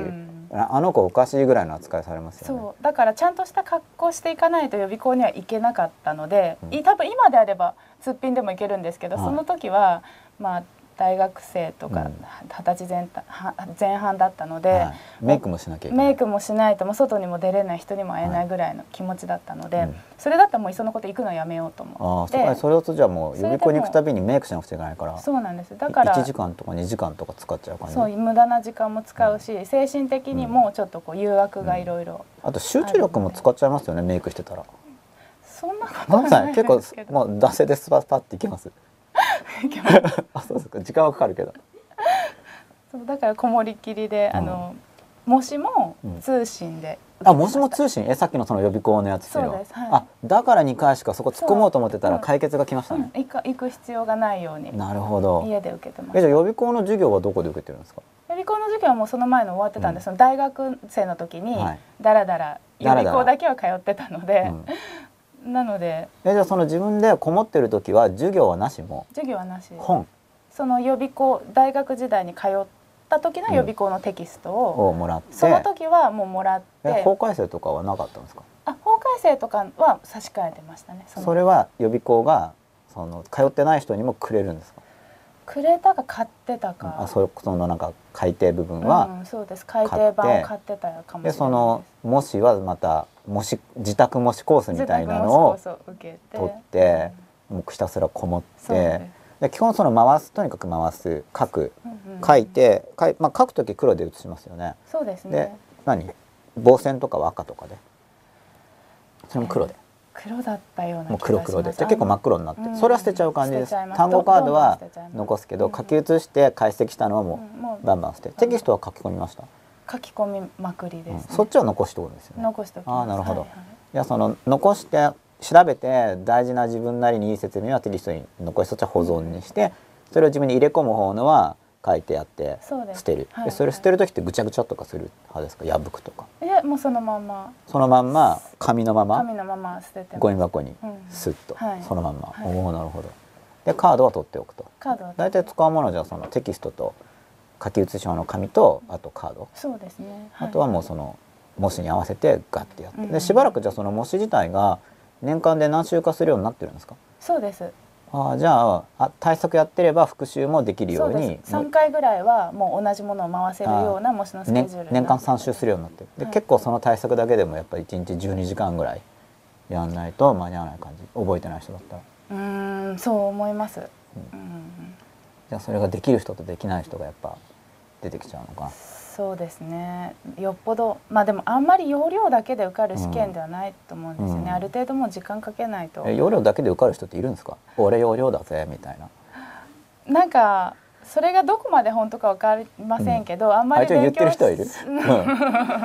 A: あの子おかしいぐらいの扱いされますよね。
B: そうだからちゃんとした格好していかないと予備校には行けなかったので、うん、多分今であればすっぴんでも行けるんですけど、はい、その時はまあ大学生とか二十歳前前半だったので、はい、
A: メイクもしなきゃいけない。
B: メイクもしないともう外にも出れない、人にも会えないぐらいの気持ちだったので、はい、うん、それだったらもういっそのこと行くのやめようと思って。
A: あ、それをじゃあもう予備校に行くたびにメイクしなくちゃいけないから。
B: そうなんです。だから
A: いちじかんとかにじかんとか使っちゃう感じ。
B: そう、無駄な時間も使うし、うん、精神的にもちょっとこう誘惑がいろいろ。
A: あと集中力も使っちゃいますよね、メイクしてたら。
B: そんなことないですけど。
A: 結構もう男性でスパスパっていけます。あ、そうですか。時間はかかるけど。
B: そうだからこもりきりで、うん、あの模試も通信で、
A: うん、あ、模試も通信、え、さっきのその予備校のやつっていうのは。そうです、はい、あ、だからにかいしかそこ突っ込もうと思ってたら解決が来ましたね。
B: うん、行く行く必要がないように。
A: なるほど。
B: 家で受けてます。
A: え、じゃあ予備校の授業はどこで受けてるんですか。
B: 予備校の授業はもうその前の終わってたんで、うん、その大学生の時にだらだら予備校だけは通ってたので、うん、なので。
A: え、じゃあその自分でこもってる時は授業はなしも。
B: 授業はなし。
A: 本。
B: その予備校、大学時代に通った時の予備校のテキストを、
A: うん、をもらって、
B: その時はもうもらって。
A: 法改正とかはなかったんですか。
B: あ、法改正とかは差し替えてましたね。
A: そ, それは予備校がその通ってない人にもくれるんですか。
B: くれたか買ってたか。
A: うん、あ、そそのなんか改訂部分は、
B: うん、そうです。改訂版を買ってたかもしれないです。
A: でその模試はまた模試自宅模試コースみたいなのを取って、もうひたすらこもって。で基本その回す、とにかく回す、書く、書いて、書い、まあ、書くとき黒で写しますよね。
B: そうですね。
A: で何棒線とかは赤とかで、それも黒で、
B: えー、黒だったような気がします。
A: もう黒黒で、じゃ結構真っ黒になって、うん、それは捨てちゃう感じです。単語カードは残すけど、書き写して解析したのはもうバンバン捨て、テキストは書き込みました。
B: 書き込みまくりです、ね、
A: うん、そっちは残しておくんですよね。
B: 残しておきます。
A: ああ、なるほど。
B: はいはい、
A: いや、その残して調べて大事な自分なりにいい説明はテキストに残し、そっちは保存にして、それを自分に入れ込む方のは書いてやって捨てる。そ, で、はい、それ捨てる時ってぐちゃぐちゃとかする派ですか、破くとか。
B: いや、もうそのまんま
A: そのまんま紙のまま
B: 紙のまま捨てて
A: ゴミ箱にスッと、うん、はい、そのまんま、はい、おお、なるほど。でカードは取っておくと。
B: カードは
A: 大体使うものじゃそのテキストと書き写し用の紙と、あとカード。
B: そうですね、
A: はい、あとはもうその模試に合わせてガッてやって、うん、でしばらくじゃあその模試自体が年間で何週かするようになってるんですか。
B: そうです。
A: あ、じゃあ、あ、対策やってれば復習もできるように。
B: さんかいぐらいはもう同じものを回せるような模試のスケジュール、ね、
A: 年間さん週するようになってる。で、はい、結構その対策だけでもやっぱりいちにちじゅうにじかんぐらいやんないと間に合わない感じ。覚えてない人だったら。
B: うーん、そう思います、うんうん、
A: じゃあそれができる人とできない人がやっぱ出てきちゃうのかな。
B: そうですね。よっぽど、まあでもあんまり要領だけで受かる試験ではないと思うんですよね、うん、ある程度もう時間かけないと。
A: え、要領だけで受かる人っているんですか。俺要領だぜみたいな。
B: なんかそれがどこまで本当か分かりませんけど、うん、あんまり勉強し
A: 言ってる人いる、うん、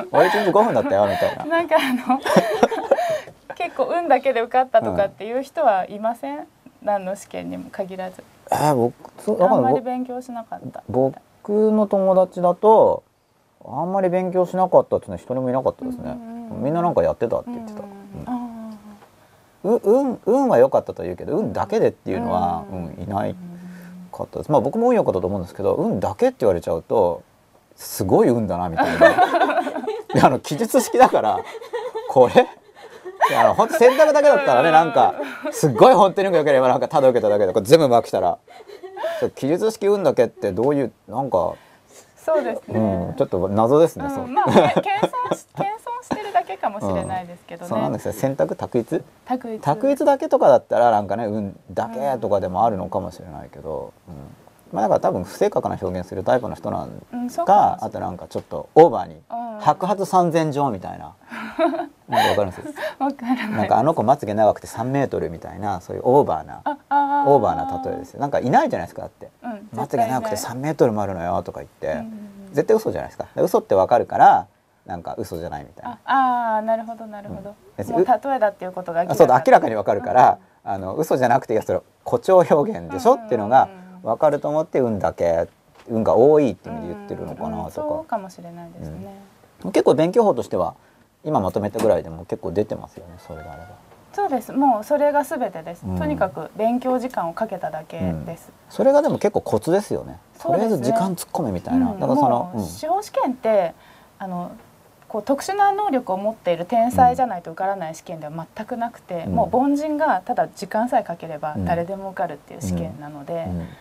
A: 俺いちにちごふんだったよみたいな。
B: なんかあの結構運だけで受かったとかっていう人はいません、うん、何の試験にも限らず。
A: えー、僕
B: あんまり勉強しなかった。
A: 僕の友達だとあんまり勉強しなかったっていうのは一人もいなかったですね。みんななんかやってたって言ってた。うん、運運は良かったと言うけど、運だけでっていうのは、うん、いないかったです。まあ僕も運良かったと思うんですけど、運だけって言われちゃうとすごい運だなみたいな。で、あの記述式だからこれ。いや、本当選択だけだったらね、なんかすっごい本当に運が良ければなんかただ受けただけでこれ全部マークしたら、記述式運だけってどういうなんか。
B: そうですね、
A: うん、ちょっと謎ですね。うん、そう、
B: まあ、謙遜し謙遜してるだけかもしれないですけどね。うん、
A: そうなんですよ。選択択一
B: 択一
A: 択一だけとかだったらなんかね、運だけとかでもあるのかもしれないけど、うん、まあだから多分不正確な表現するタイプの人なんか、うん、あとなんかちょっとオーバーに、うん、白髪さんぜんじょうみたいな、なんかわかるんですよ。
B: わからない。
A: なんかあの子まつげ長くてさんメートルみたいな、そういうオーバーなオーバーな例えですよ。なんかいないじゃないですか、だって、うん、まつげ長くてさんメートルもあるのよとか言って、うん、絶対嘘じゃないですか。嘘ってわかるからなんか嘘じゃないみたいな。
B: ああ、なるほどなるほど、うん、もう例えだっていうことが明らか
A: そうだ明らかにわかるから、うん、あの嘘じゃなくて、いやそれ誇張表現でしょっていうのがわかると思って、運だけ運が多いっていう意味で言ってるのかなとか、うんうん、
B: そうかもしれないですね、
A: うん、結構勉強法としては今まとめたぐらいでも結構出てますよね、それであれば。
B: そうです。もうそれが全てです、うん、とにかく勉強時間をかけただけです、うん、
A: それがでも結構コツですよね。とりあえず時間突っ込めみたいな、うん、だからその、
B: うん、司法試験ってあのこう特殊な能力を持っている天才じゃないと受からない試験では全くなくて、うん、もう凡人がただ時間さえかければ誰でも受かるっていう試験なので、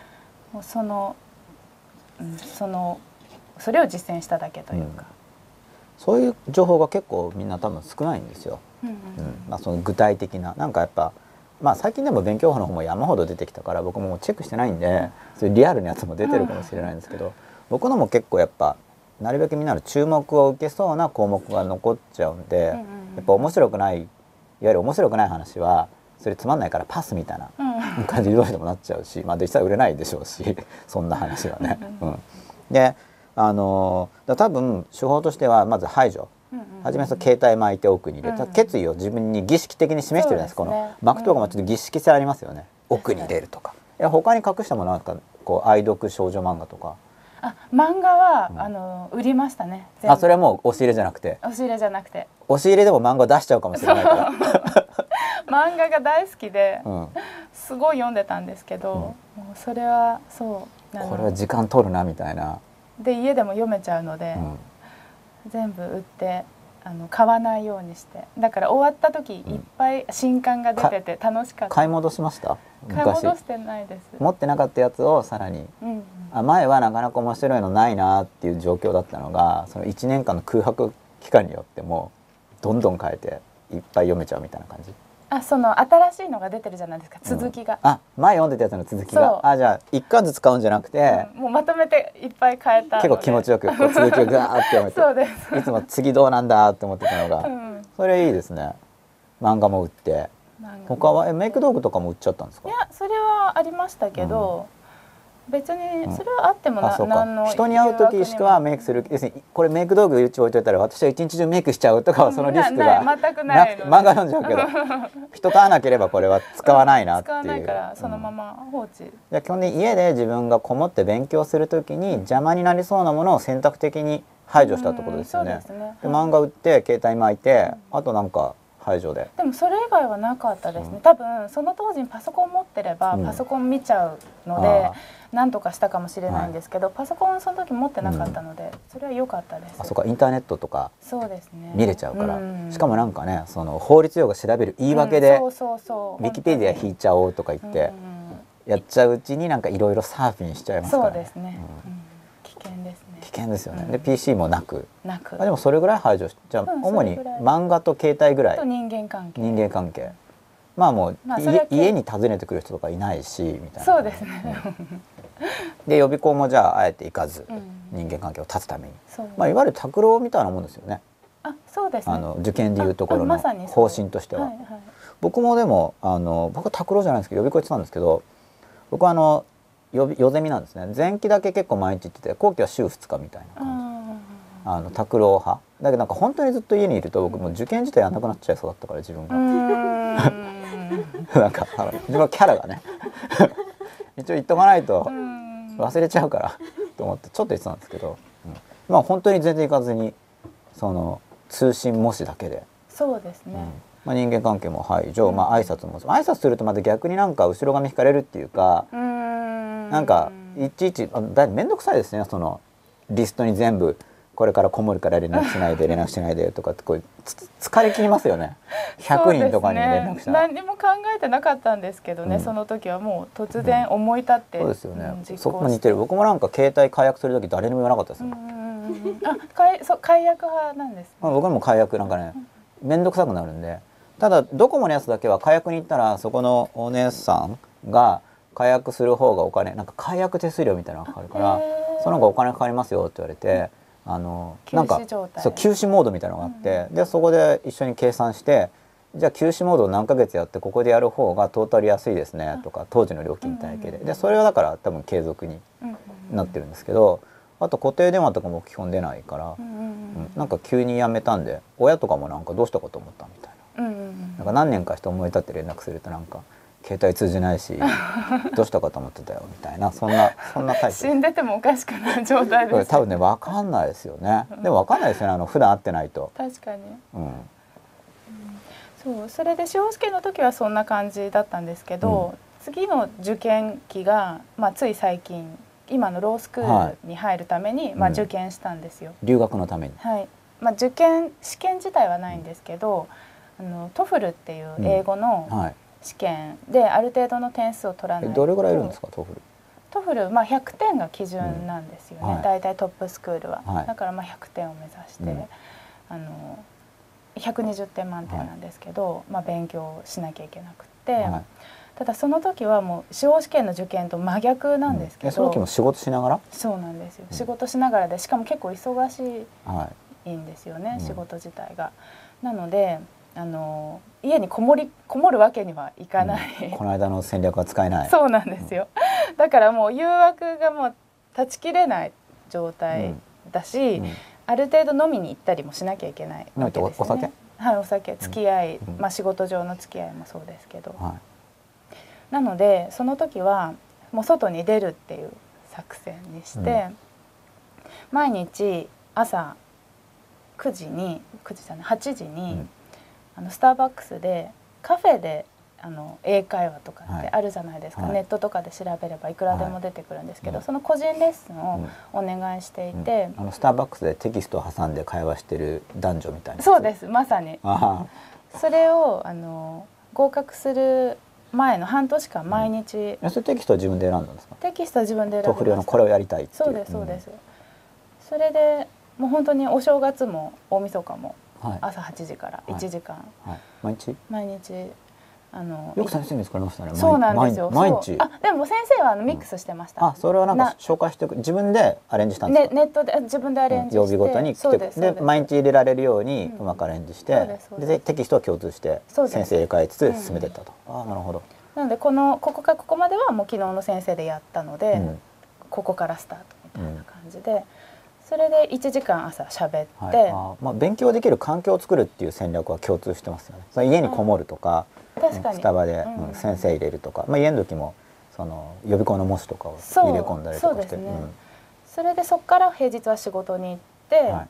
B: もうその、うん、そのそれを実践しただけというか、うん、
A: そういう情報が結構みんな多分少ないんですよ。うんうんうんまあ、その具体的ななんかやっぱ、まあ、最近でも勉強法の方も山ほど出てきたから僕もチェックしてないんで、うん、そういうリアルなやつも出てるかもしれないんですけど、うん、僕のも結構やっぱなるべくみんなの注目を受けそうな項目が残っちゃうんで、うんうんうん、やっぱ面白くないいわゆる面白くない話はそれつまんないからパスみたいな感じでどうしてもなっちゃうし、まあ、実際売れないでしょうしそんな話はね。うん、であのー、多分手法としてはまず排除、うんうん、初めその携帯巻いて奥に入れた、うん、決意を自分に儀式的に示してるんです。この巻くとかもちょっと儀式性ありますよね、うん、奥に入れるとか。いや他に隠したものなんかこう愛読少女漫画とか。
B: あ漫画は、うん、あの売りましたね。
A: あそれはもう押し入れじゃなくて
B: 押し入れじゃなくて
A: 押し入れでも漫画出しちゃうかもしれないから
B: 漫画が大好きで、うん、すごい読んでたんですけど、うん、もうそれはそう
A: これは時間取るなみたいな
B: で家でも読めちゃうので、うん、全部売ってあの買わないようにしてだから終わった時いっぱい新刊が出てて楽しかった。
A: 買い戻しました？
B: 買い戻してないです。
A: 持ってなかったやつをさらに、うん、あ前はなかなか面白いのないなっていう状況だったのがそのいちねんかんの空白期間によってもどんどん変えていっぱい読めちゃうみたいな感じ。
B: あその新しいのが出てるじゃないですか続きが、うん、
A: あ前読んでたやつの続きがあじゃあいっかんずつ買うんじゃなくて、
B: うん、もうまとめていっぱい買えたので
A: 結構気持ちよくこう続きをガーって読めて
B: そうです
A: いつも次どうなんだって思ってたのが、うん、それいいですね。漫画も売って他はえメイク道具とかも売っちゃったんですか？
B: いやそれはありましたけど、うん、別にそれはあってもな、うん、何の
A: 人に会う時しかメイクする要するにこれメイク道具うち置いといたら私は一日中メイクしちゃうとかはそのリスクが
B: な全くないので
A: 漫画読んじゃうけど人と会わなければこれは使わないなっていう、うん、
B: 使わないからそのまま放置、うん、
A: じゃあ基本的に家で自分がこもって勉強する時に邪魔になりそうなものを選択的に排除したってことですよね。うん、で漫画売って携帯巻いて、うん、あとなんか排除で
B: でもそれ以外はなかったですね、うん、多分その当時にパソコン持ってればパソコン見ちゃうので、うん、なんとかしたかもしれないんですけど、はい、パソコンその時持ってなかったので、うん、それは良かったです。
A: あそこインターネットとか
B: そうですね
A: 見れちゃうから、うん、しかもなんかねその法律用語調べる言い訳で、うん、そうそうそうウィキペディア引いちゃおうとか言って、うん、やっちゃううちになんかいろいろサーフィンしちゃいますからね。
B: そうですね、うんうん、危険ですね。
A: 危険ですよね、うん、で ピーシー もなく
B: なく
A: あでもそれぐらい排除しじゃあ、うん、主に漫画と携帯ぐらい
B: と人間関係
A: 人間関係まあもう、まあ、家に訪ねてくる人とかいないしみたいな
B: そうですね、
A: うん、で予備校もじゃああえて行かず、うん、人間関係を断つために、まあ、いわゆる拓郎みたいなもんですよね。
B: あそうですね、
A: あの受験でいうところの方針としては、
B: はいはい、
A: 僕もでもあの僕は拓郎じゃないんですけど予備校行ってたんですけど僕はあのよ夜ゼミなんですね。前期だけ結構毎日行ってて後期は週ふつかみたいな感じ、あの拓郎派だけどなんか本当にずっと家にいると僕もう受験自体やんなくなっちゃいそうだったから自分がなんかあの自分のキャラがね一応言っとかないと忘れちゃうからと思ってちょっと言ってたんですけど、うん、まあ本当に全然行かずにその通信模試だけで
B: そうですね、うん
A: まあ、人間関係も排除、うん、まあ挨拶も挨拶するとまた逆になんか後ろ髪引かれるっていうか、うん、なんかいちいちあだいぶ面倒くさいですね。そのリストに全部これからこもるから連絡しないで連絡しないでとかってこうつ疲れ切りますよね。ひゃくにんとかに連絡しない、
B: ね、何も考えてなかったんですけどね、うん、その時はもう突然思い立って、
A: うん、そうですよね、うん、そこも似てる。僕もなんか携帯解約する時誰にも言わなかったですよ、
B: うんあ解そう解約派なんです、ね、
A: まあ、僕も解約なんかね面倒くさくなるんでただドコモのやつだけは解約に行ったらそこのお姉さんが解約する方がお金なんか解約手数料みたいなのがかかるからその方がお金かかりますよって言われてあのなんかそう休止モードみたいなのがあって、うん、でそこで一緒に計算してじゃあ休止モードを何ヶ月やってここでやる方がトータル安いですねとか当時の料金体系で、でそれはだから多分継続になってるんですけどあと固定電話とかも基本出ないから、うんうん、なんか急にやめたんで親とかもなんかどうしたかと思ったみたいな、うんうん、なんか何年かして思い立って連絡するとなんか携帯通じないしどうしたかと思ってたよみたいなそんなそんなタイプ
B: 死んでてもおかしくない状態です、
A: これ多分ね分かんないですよね。でも分かんないですよねあの普段会ってないと。
B: 確かに、
A: うん、
B: そうそれで司法試験の時はそんな感じだったんですけど、うん、次の受験期が、まあ、つい最近今のロースクールに入るために、はいまあ、受験したんですよ、
A: うん、留学のために、
B: はいまあ、受験試験自体はないんですけど、うん、あのトフルっていう英語の、うんはい試験である程度の点数を取らないと。
A: どれぐらいいるんですかトフル？
B: トフル、まあ、ひゃくてんが基準なんですよね、
A: はい、
B: 大体トップスクールは、
A: はい、
B: だからまあひゃくてんを目指して、うん、あのひゃくにじゅってん満点なんですけど、はい、まあ、勉強しなきゃいけなくって、はい、ただその時はもう司法試験の受験と真逆なんですけど、うん、
A: その時も仕事しながら？
B: そうなんですよ、うん、仕事しながらで、しかも結構忙しいんですよね、はい、仕事自体が、うん、なのであの家にこもりこもるわけにはいかない、
A: うん、この間の戦略は使えない。
B: そうなんですよ、うん、だからもう誘惑がもう断ち切れない状態だし、うんうん、ある程度飲みに行ったりもしなきゃいけないわけですよね。
A: お酒？
B: はい、お酒、付き合い、うん、まあ、仕事上の付き合いもそうですけど、はい、なのでその時はもう外に出るっていう作戦にして、うん、毎日朝くじにくじじゃないはちじに、うん、あのスターバックスでカフェであの英会話とかってあるじゃないですか、はい、ネットとかで調べればいくらでも出てくるんですけど、はい、その個人レッスンをお願いしていて、
A: うんうん、あのスターバックスでテキストを挟んで会話してる男女みたいな。
B: そうです、まさにそれをあの合格する前の半年間毎日、
A: うん、それテキストは自分で選んだんですか？
B: テキストは自分で選んでました。
A: トフルのこれをやりたいっていう。
B: そうですそうです、うん、それでもう本当にお正月も大晦日も朝はちじからいちじかん、
A: はいはい、毎日
B: 毎日あの
A: よく先生に使いましたね。
B: そうなんですよ。
A: 毎日。
B: あ、でも先生はあのミックスしてました。
A: うん、あ、それはなんか紹介して自分でアレンジしたんですか？
B: ね、ネットで自分でアレンジして、
A: 曜日ごとに来てで毎日入れられるようにうまくアレンジして、うん、でテキストは共通して先生入れ替えつつ進めていったと。うん、あ、なるほど。
B: なのでこのここからここまではもう昨日の先生でやったので、うん、ここからスタートみたいな感じで。うん、それでいちじかん朝喋って、はい、
A: あ、まあ、勉強できる環境を作るっていう戦略は共通してますよね。その家にこもるとか、うん、スタバで、うん、先生入れるとか、まあ、家の時もその予備校の模試とかを入れ込んだりとかして、 そう、そうですね、うん、
B: それでそこから平日は仕事に行って、はい、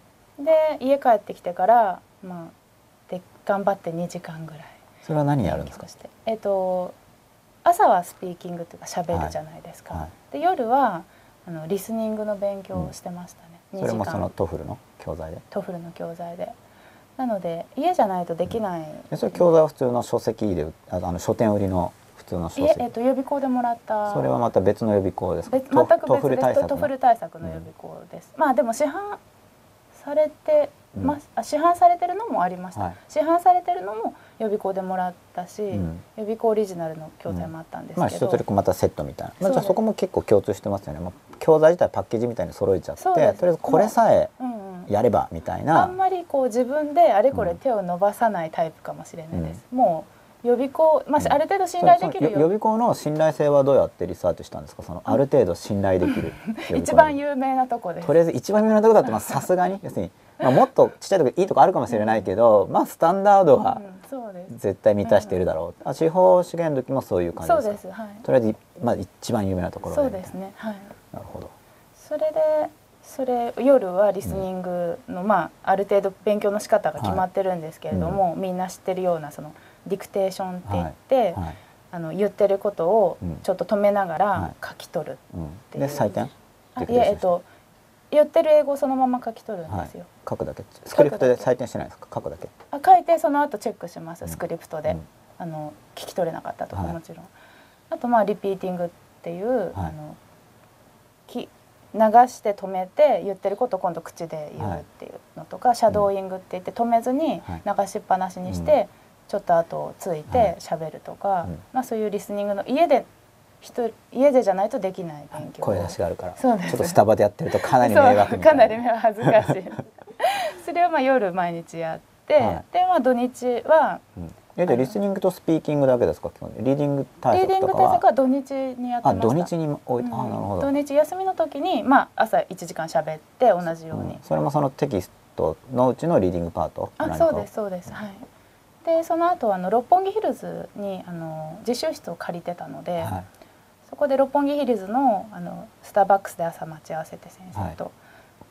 B: で家帰ってきてから、まあ、で頑張ってにじかんぐらい。
A: それは何やるんですか？
B: えっと、朝はスピーキングっていうか喋るじゃないですか、はいはい、で夜はあのリスニングの勉強をしてましたね、
A: うん、それもそのトフルの教材で？
B: トフルの教材で。なので家じゃないとできない、
A: うん、それ教材は普通の書籍であの書店売りの普通の書籍？
B: えっと、予備校でもらった。
A: それはまた別の予備校ですか？
B: 全く別です。トフル対策の、トフル対策の予備校です、うん、まあでも市販されて、うん、まあ、市販されてるのもありました、はい、市販されてるのも予備校でもらったし、うん、予備校オリジナルの教材もあったんですけど、うん、まあ
A: 一つまたセットみたいな、まあ、じゃあそこも結構共通してますよね。もう教材自体パッケージみたいに揃えちゃって、とりあえずこれさえやればみたいな、
B: あんまりこう自分であれこれ手を伸ばさないタイプかもしれないです、うん、もう予備校、まあ、ある程度信頼できる、
A: 予備校の信頼性はどうやってリサーチしたんですか？そのある程度信頼できる
B: 一番有名なとこです。
A: とりあえず一番有名なとこだとさすがに要するに、まあ、もっとちっちゃいとこいいとこあるかもしれないけど、うん、まあスタンダードは絶対満たしているだろう、うん、あ、司法試験の時もそういう感じですか？
B: そうです、はい、
A: とりあえず、まあ、一番有名なところで。
B: そうですね、はい、
A: なるほど。
B: それでそれ夜はリスニングの、うん、まあある程度勉強の仕方が決まってるんですけれども、はい、みんな知ってるようなそのディクテーションって言って、はいはい、あの言ってることをちょっと止めながら書き取るっていう、
A: はい、うん、で採点？
B: あ、いや、えっと言ってる英語をそのまま書き取るんですよ、はい、
A: 書くだけ。スクリプトで採点してないですか？書くだけ。
B: あ、書いてその後チェックします、スクリプトで、うん、あの聞き取れなかったとか、はい、もちろん。あとまあリピーティングっていう、はい、あのき流して止めて言ってることを今度口で言うっていうのとか、はい、シャドーイングって言って止めずに流しっぱなしにして、はい、ちょっと後ついて喋るとか、はい、まあそういうリスニングの家で人家でじゃないとできない勉強。
A: 声出しがあるから。
B: そうです。
A: ちょっとスタバでやってるとかなり迷惑みたいな。
B: かなり恥ずかしい。それをまあ夜毎日やって、はい、でまあ土日は。うん、
A: えでリスニングとスピーキングだけですか？基本リーディング対策とかは。
B: リーディング対策は土日にやってました。
A: あ、土日に置いて、うん、あ、なるほど。
B: 土日休みの時にまあ朝いちじかん喋って同じように。うん、
A: それもそのテキストのうちのリーディングパート。
B: あ、そうですそうです、はい。でその後あの六本木ヒルズにあの実習室を借りてたので。はい、そこで六本木ヒルズ の, あのスターバックスで朝待ち合わせて先生と、はい、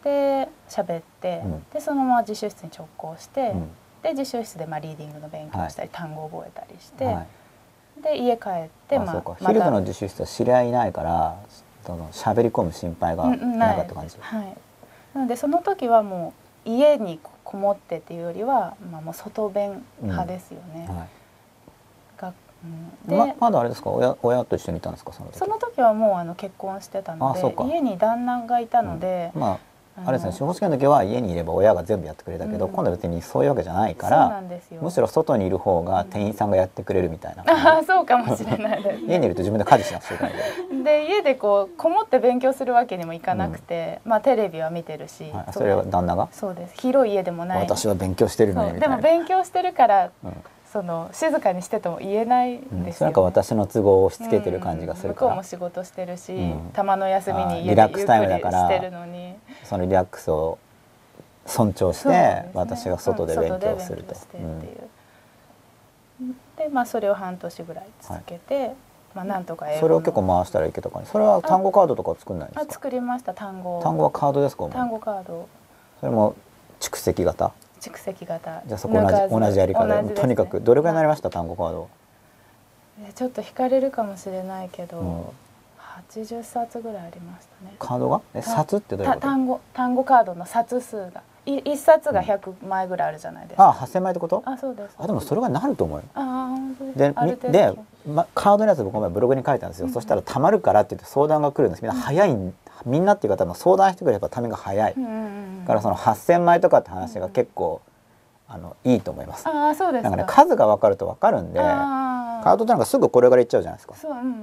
B: で喋って、うん、でそのまま実習室に直行して、うん、で実習室でまあリーディングの勉強したり、はい、単語を覚えたりして、はい、で家帰って
A: あ、まあ、そうか、ヒルズの実習室は知り合いいないから喋り込む心配がなかった感じ、うん、
B: はい、なのでその時はもう家にこもってっていうよりは、まあ、もう外弁派ですよね、うん、はい、がうん、で、
A: ままだあれですか、親親と一緒にいたんですかその時。
B: その時はもうあの結婚してたので家に旦那がいたので、
A: うん、まああれですね、司法試験の時は家にいれば親が全部やってくれたけど、うん、今度は別にそういうわけじゃないからむしろ外にいる方が店員さんがやってくれるみたいな、
B: うん、ああそうかもしれないです、ね、
A: 家にいると自分で家事しなくちゃいけないで
B: で家でこうこもって勉強するわけにもいかなくて、うん、まあテレビは見てるし、
A: はい、それは旦那が
B: そうです、広い家でもない
A: 私は勉強してるのにみたいな。
B: でも勉強してるから、うん、その静かにしてとも言えないんですよ、ね、うん、それ
A: なんか私の都合を押し付けてる感じがするから、
B: うん、向こうも仕事してるし、うん、たまの休みに
A: 家でゆっくりして
B: るのに
A: そのリラックスを尊重して、ね、私が外で勉強すると。
B: でまあそれを半年ぐらい続けて、はい、まあなんとか英語
A: それを結構回したらいけたかね。それは単語カードとか作んないんですか。
B: あ作りました。単語
A: 単語はカードですか。
B: 単語カード。
A: それも蓄積型。
B: 蓄積型。
A: じゃあそこ同じ同じやり方で、ね、とにかくどれぐらいになりました、単語カード。
B: ちょっと引かれるかもしれないけど、うん、はちじゅっさつぐらいありましたね。
A: カードが？え、冊ってどういうこと？
B: 単語単語カードの冊数が。一冊がひゃくまいぐらいあるじゃないですか。
A: ああ、はっせんまいってこと？
B: あ、そうです。
A: あ、でもそれはなると思うよ。
B: あ
A: あ、で、で、ま、カードのやつ僕もブログに書いたんですよ。うん、そしたらたまるからって言って相談が来るんです。みんな早い、うん、みんなっていう方も相談してくればためが早い。うんうんうん、だからそのはっせんまいとかって話が結構、うん、あのいいと思います。
B: ああ、そうですか。
A: なんかね、数が分かると分かるんで、カードってなんかすぐこれからいっちゃうじゃないですか。そう、うんうんうん、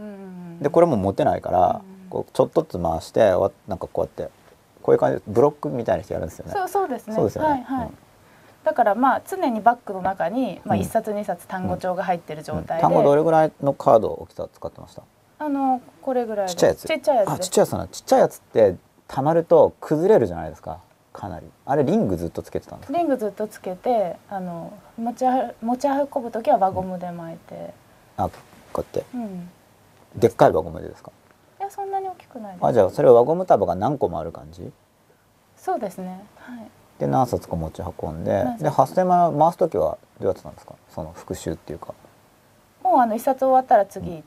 A: でこれも持てないから、うん、こうちょっとずつ回してなんかこうやって。こういう感じブロックみたいにしてやるんですよね。
B: そうそうですね。
A: そうですよね。
B: はいはい。うん、だからまあ常にバッグの中にまあ一冊二冊単語帳が入ってる状態で。うんうん、
A: 単語どれぐらいのカード大きさ使ってました？
B: あのこれぐらい。
A: ちっちゃいやつ。
B: ちっちゃいやつ。
A: あ、ちっちゃいやつな。ちっちゃいやつって溜まると崩れるじゃないですか。かなり。あれリングずっとつけてたんですか？
B: リングずっとつけて、あの持ち持ち運ぶときは輪ゴムで巻いて。
A: うん、あ、こうやって。うん。でっかい輪ゴムでですか？
B: いやそんなに大きくないです。
A: あ、じゃあそれ輪ゴム束が何個もある感じ？
B: そうですね。はい。
A: で何冊か持ち運んで、ではっせんまい回す時はどうやってたんですか？その復習っていうか。
B: もうあの一冊終わったら次行って、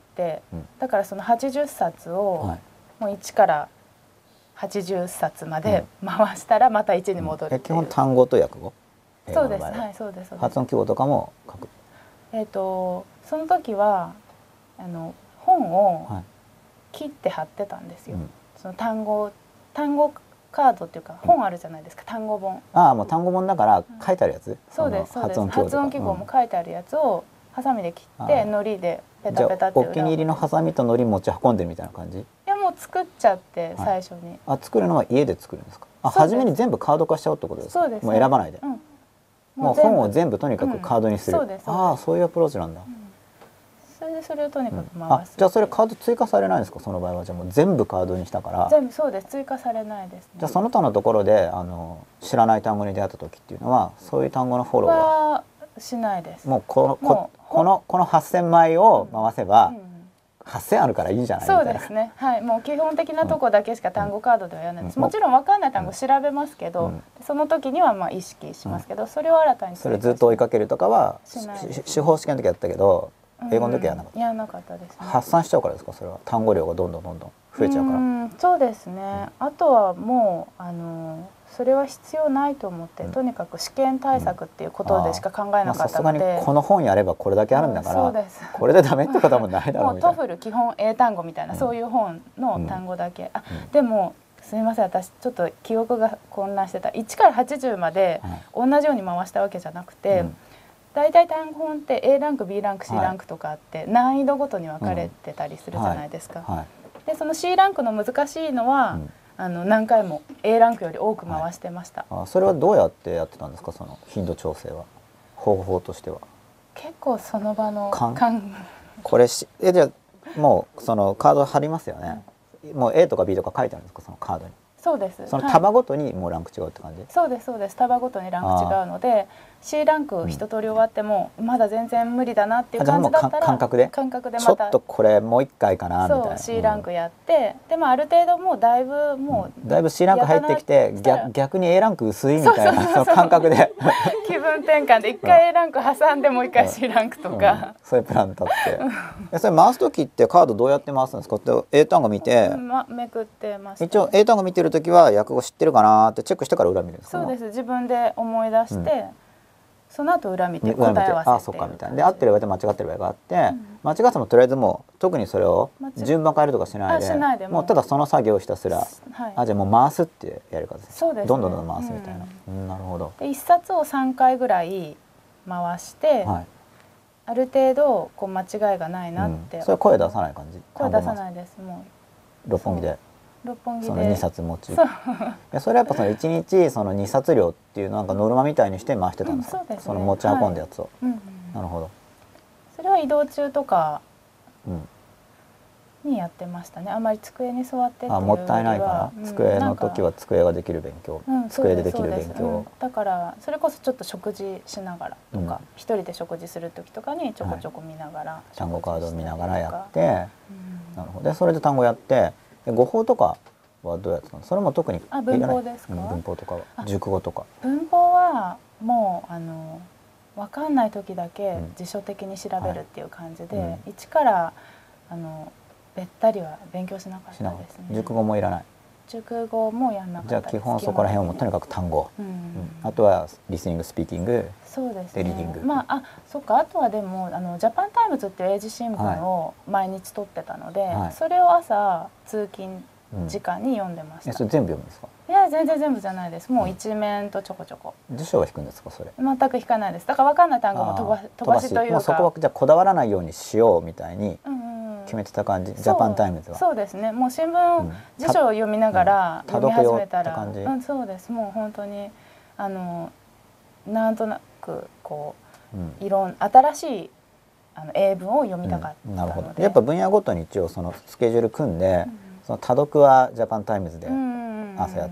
B: うんうん、だからそのはちじゅっさつを、はい、もういちからはちじゅっさつまで回したらまたいちに戻る、うん、
A: 基本単語と訳語？
B: そうです。はい、そうです。
A: 発音記号とかも書く？
B: えっとその時はあの本を切って貼ってたんですよ。はい、その単語単語カードっていうか本あるじゃないですか、単語本。
A: ああ、もう単語本だから書いてあるやつ？うん、
B: そうですそうです。発音記号も書いてあるやつをハサミで切って糊でペタペタって。
A: じゃあお気に入りのハサミと糊持ち運んでるみたいな感じ？い
B: やもう作っちゃって最初に。
A: はい、あ、作るのは家で作るんですか？あ、初めに全部カード化しちゃうってことですか？そうです。もう選ばないで。うん、もう本を全部とにかくカードにする。うん、そうです。ああ、そういうアプローチなんだ。うん、それでそれをとにかく回す、うん、あ、じゃあそれカード追加されないんですか？その場合は。じゃあもう全部カードにしたから。
B: 全部そうです。追加されないです、ね。
A: じゃあその他のところであの知らない単語に出会った時っていうのはそういう単語のフォローは
B: しないです。
A: もうこのここのこのはっせんまいを回せば、うんうん、はっせんあるからいいじゃないみたいな。
B: そうですね。はい。もう基本的なとこだけしか単語カードではやらないです。うん、もちろん分かんない単語調べますけど、うん、その時にはまあ意識しますけど、うん、それを新たに
A: それずっと追いかけるとかは司法試験の時やったけど。英語の時はなかった。
B: やらなかったですね。
A: 発散しちゃうからですか？それは単語量がどんどんどんどん増えちゃうから。
B: うん、そうですね。あとはもうあのそれは必要ないと思って、うん、とにかく試験対策っていうことでしか考えなかったので。さすがにこの本やればこれだけあるんだから、うん、そうです。これでダメってこともないだろうみたいな。もうトフル基本英単語みたいな、うん、そういう本の単語だけ。うん、あ、でもすみません、私ちょっと記憶が混乱してた。いちからはちじゅうまで同じように回したわけじゃなくて。うん、大体単語本って エー ランク ビー ランク シー ランクとかあって難易度ごとに分かれてたりするじゃないですか。うん、はい、でその シー ランクの難しいのは、うん、あの何回も エー ランクより多く回してました。
A: はい、あ、それはどうやってやってたんですか？その頻度調整は方法としては。
B: 結構その場の
A: 感これしえじゃあもうそのカード貼りますよね。うん、もう エー とか ビー とか書いてあるんですか？そのカードに。
B: そうです。
A: その束ごとにもうランク違うって感じ？はい、
B: そうですそうです。束ごとにランク違うので シー ランク一通り終わっても、うん、まだ全然無理だなっていう感じだったら
A: 感覚で
B: 感覚でま
A: たちょっとこれもう一回かなみたいな。
B: そう シー ランクやって、うん、でもある程度もうだいぶもう、
A: うん、だいぶ シー ランク入ってきて逆逆に エー ランク薄いみたいなその感覚で
B: 気分転換で一回 エー ランク挟んでもう一回 シー ランクとか、うんうん、
A: そういうプラン立ってそれ回す時ってカードどうやって回すんですか？英単語見て、
B: うん、ま、めくってます、ね、
A: 一応英単語見てる時は訳語知ってるかなってチェックしてから裏見るんですか？
B: そうです。自分で思い出して、 その後裏見て
A: 裏見て
B: 答え合わせて、
A: あそうかみたいなで合ってる場合と間違ってる場合があって、うん、間違ってもとりあえずもう特にそれを順番変えるとかしないで、しないでもうただその作業をひたすら、はい、あじゃあもう回すってやり方です。そうですね、どんどんどんどん回すみたいな、うんうん、なるほど。
B: でいっさつをさんかいぐらい回して、はい、ある程度こう間違いがないなって、うん、
A: それ声出さない感じ？
B: 声出さないです。も
A: う六本木で
B: 六本木で
A: そのにさつ持ち、そ, いやそれはやっぱそのいちにちそのにさつ量っていうなんかノルマみたいにして回してたんですか？うん、そうですね、その持ち運んだやつを、はい、うんうん、なるほど。
B: それは移動中とかにやってましたね。あんまり机に座ってっていうよりは、あもったいないから、うん、
A: 机の時は机ができる勉強、うん、机でできる勉強、うん、
B: だからそれこそちょっと食事しながらとか、うん、一人で食事する時とかにちょこちょこ見ながら、はい、
A: 単語カードを見ながらやって、うん、なるほど。でそれで単語やって語法とかはどうやってたの？それも特に
B: あ文法ですか？うん、
A: 文法とかは熟語とか
B: 文法はもうあの分かんない時だけ辞書的に調べるっていう感じで、うんはい、一からあのべったりは勉強しなかったですね。
A: 熟語もいらない？
B: 熟語もやんなかったです。
A: じゃあ基本そこら辺をもとにかく単語、うんうん、あとはリスニングスピーキング、
B: そうですね、
A: リーディング、
B: まああそっか、あとはでもあのジャパンタイムズっていう英字新聞を毎日取ってたので、はい、それを朝通勤時間に読んでました。
A: うん、それ全部読むんですか？
B: いや全然全部じゃないです。もう一面とちょこちょこ。
A: 辞書は引くんですかそれ？
B: 全く引かないです。だから分かんない単語も飛ば飛ばしというか。もう
A: そこはじゃあこだわらないようにしようみたいに決めてた感じ。うんうん、ジャパンタイムズは。
B: そうですね。もう新聞、うん、辞書を読みながら読み始めたら、うん、そうです。もう本当にあのなんとなくこう、うん、いろん新しいあの英文を読みたかったので、うん、なるほど。
A: やっぱ分野ごとに一応そのスケジュール組んで。うん、その多読はジャパンタイムズで朝やって、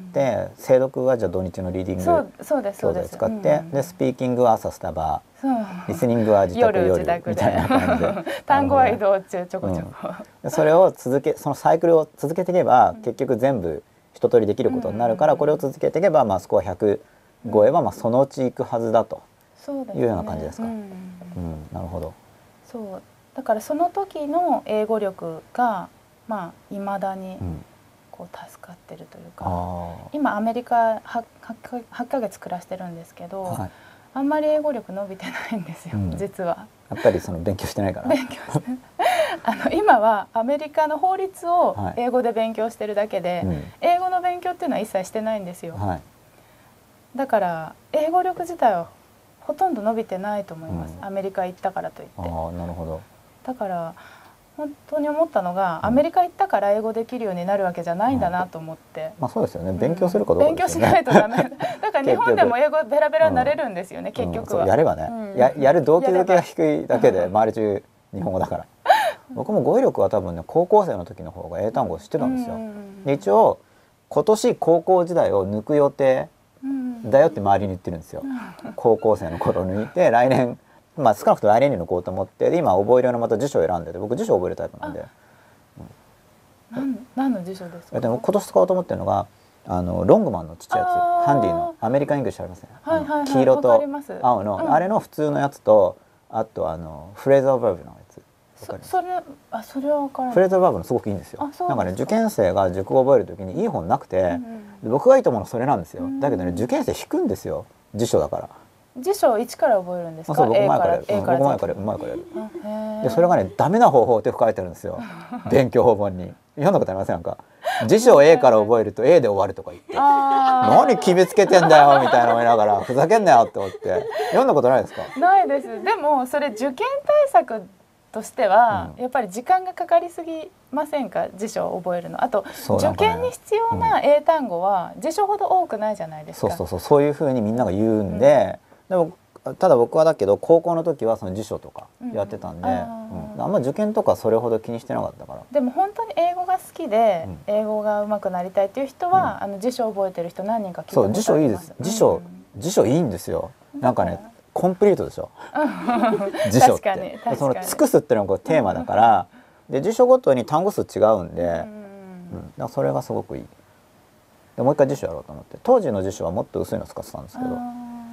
A: 精読はじゃあ土日のリーディング教材使って、でスピーキングは朝スタバ、リスニングは自宅夜みたいな感じで
B: 単語は移動中ちょこちょこ、
A: うん、それを続けそのサイクルを続けていけば、結局全部一通りできることになるから、これを続けていけば、まあ、スコアひゃく超えはまあそのうちいくはずだというような感じですか？うん、うん、なるほど。
B: そうだからその時の英語力がまあいまだにこう助かってるというか、うん、今アメリカ はちかげつ暮らしてるんですけど、はい、あんまり英語力伸びてないんですよ、うん、実は。
A: やっぱりその勉強してないから。
B: 勉強してあの今はアメリカの法律を英語で勉強してるだけで、はい、うん、英語の勉強っていうのは一切してないんですよ、はい、だから英語力自体はほとんど伸びてないと思います、うん、アメリカ行ったからといって。あ
A: ー、なるほど。
B: だから本当に思ったのが、アメリカ行ったから英語できるようになるわけじゃないんだなと思って、
A: うん、まあそうですよね。勉強するかどうかですよね。
B: 勉強しないとダメ。だから日本でも英語ベラベラになれるんですよね、結局は、
A: うん、やればね、うん、や, やる動機づけが低いだけで周り中日本語だから僕も語彙力は多分ね高校生の時の方が英単語を知ってたんですよ、うん、で一応今年高校時代を抜く予定だよって周りに言ってるんですよ、うん、高校生の頃抜いて来年まあ少なくとも来年に抜こうと思って、で今覚えるようなまた辞書を選んでて、僕辞書を覚えるタイプなんで。
B: うん、何の辞書ですか？
A: でも今年使おうと思ってるのがあのロングマンのちっちゃいやつ、ハンディのアメリカンイングリッシュありますね、はいはいはい、黄色と青の、うん、あれの普通のやつと、あとあのフレーズオブバーブのやつ。
B: そ, それあそれは分からない。
A: フレーズオブバーブのすごくいいんですよ。ですなんかね受験生が熟語を覚えるときにいい本なくて、うんうん、僕がいいと思うのはそれなんですよ、うん、だけどね受験生引くんですよ辞書だから。
B: 辞書を一から覚えるんですか？
A: そう僕前からやる。僕前から前からやる。でそれがねダメな方法って書いてあるんですよ。勉強法本に読んだことありません？なんか辞書を A から覚えると A で終わるとか言って、何決めつけてんだよみたいな思いながらふざけんなよって思って読んだことないですか？
B: ないです。でもそれ受験対策としては、うん、やっぱり時間がかかりすぎませんか？辞書を覚えるの。あと、ね、受験に必要な英単語は辞書ほど多くないじゃないですか。
A: そうそうそうそういうふうにみんなが言うんで。うんでもただ僕はだけど高校の時はその辞書とかやってたんで、うんあうん、あんま受験とかそれほど気にしてなかったから。
B: でも本当に英語が好きで、うん、英語が上手くなりたいっていう人は、うん、あの辞書を覚えてる人何人か聞いたことあります。
A: そう辞書いいです。辞書、うん、辞書いいんですよ。なんかねコンプリートでしょ辞書って。その尽くすっていうのがこうテーマだから、で辞書ごとに単語数違うんで、うんうん、だからそれがすごくいい。でもう一回辞書やろうと思って、当時の辞書はもっと薄いの使ってたんですけど。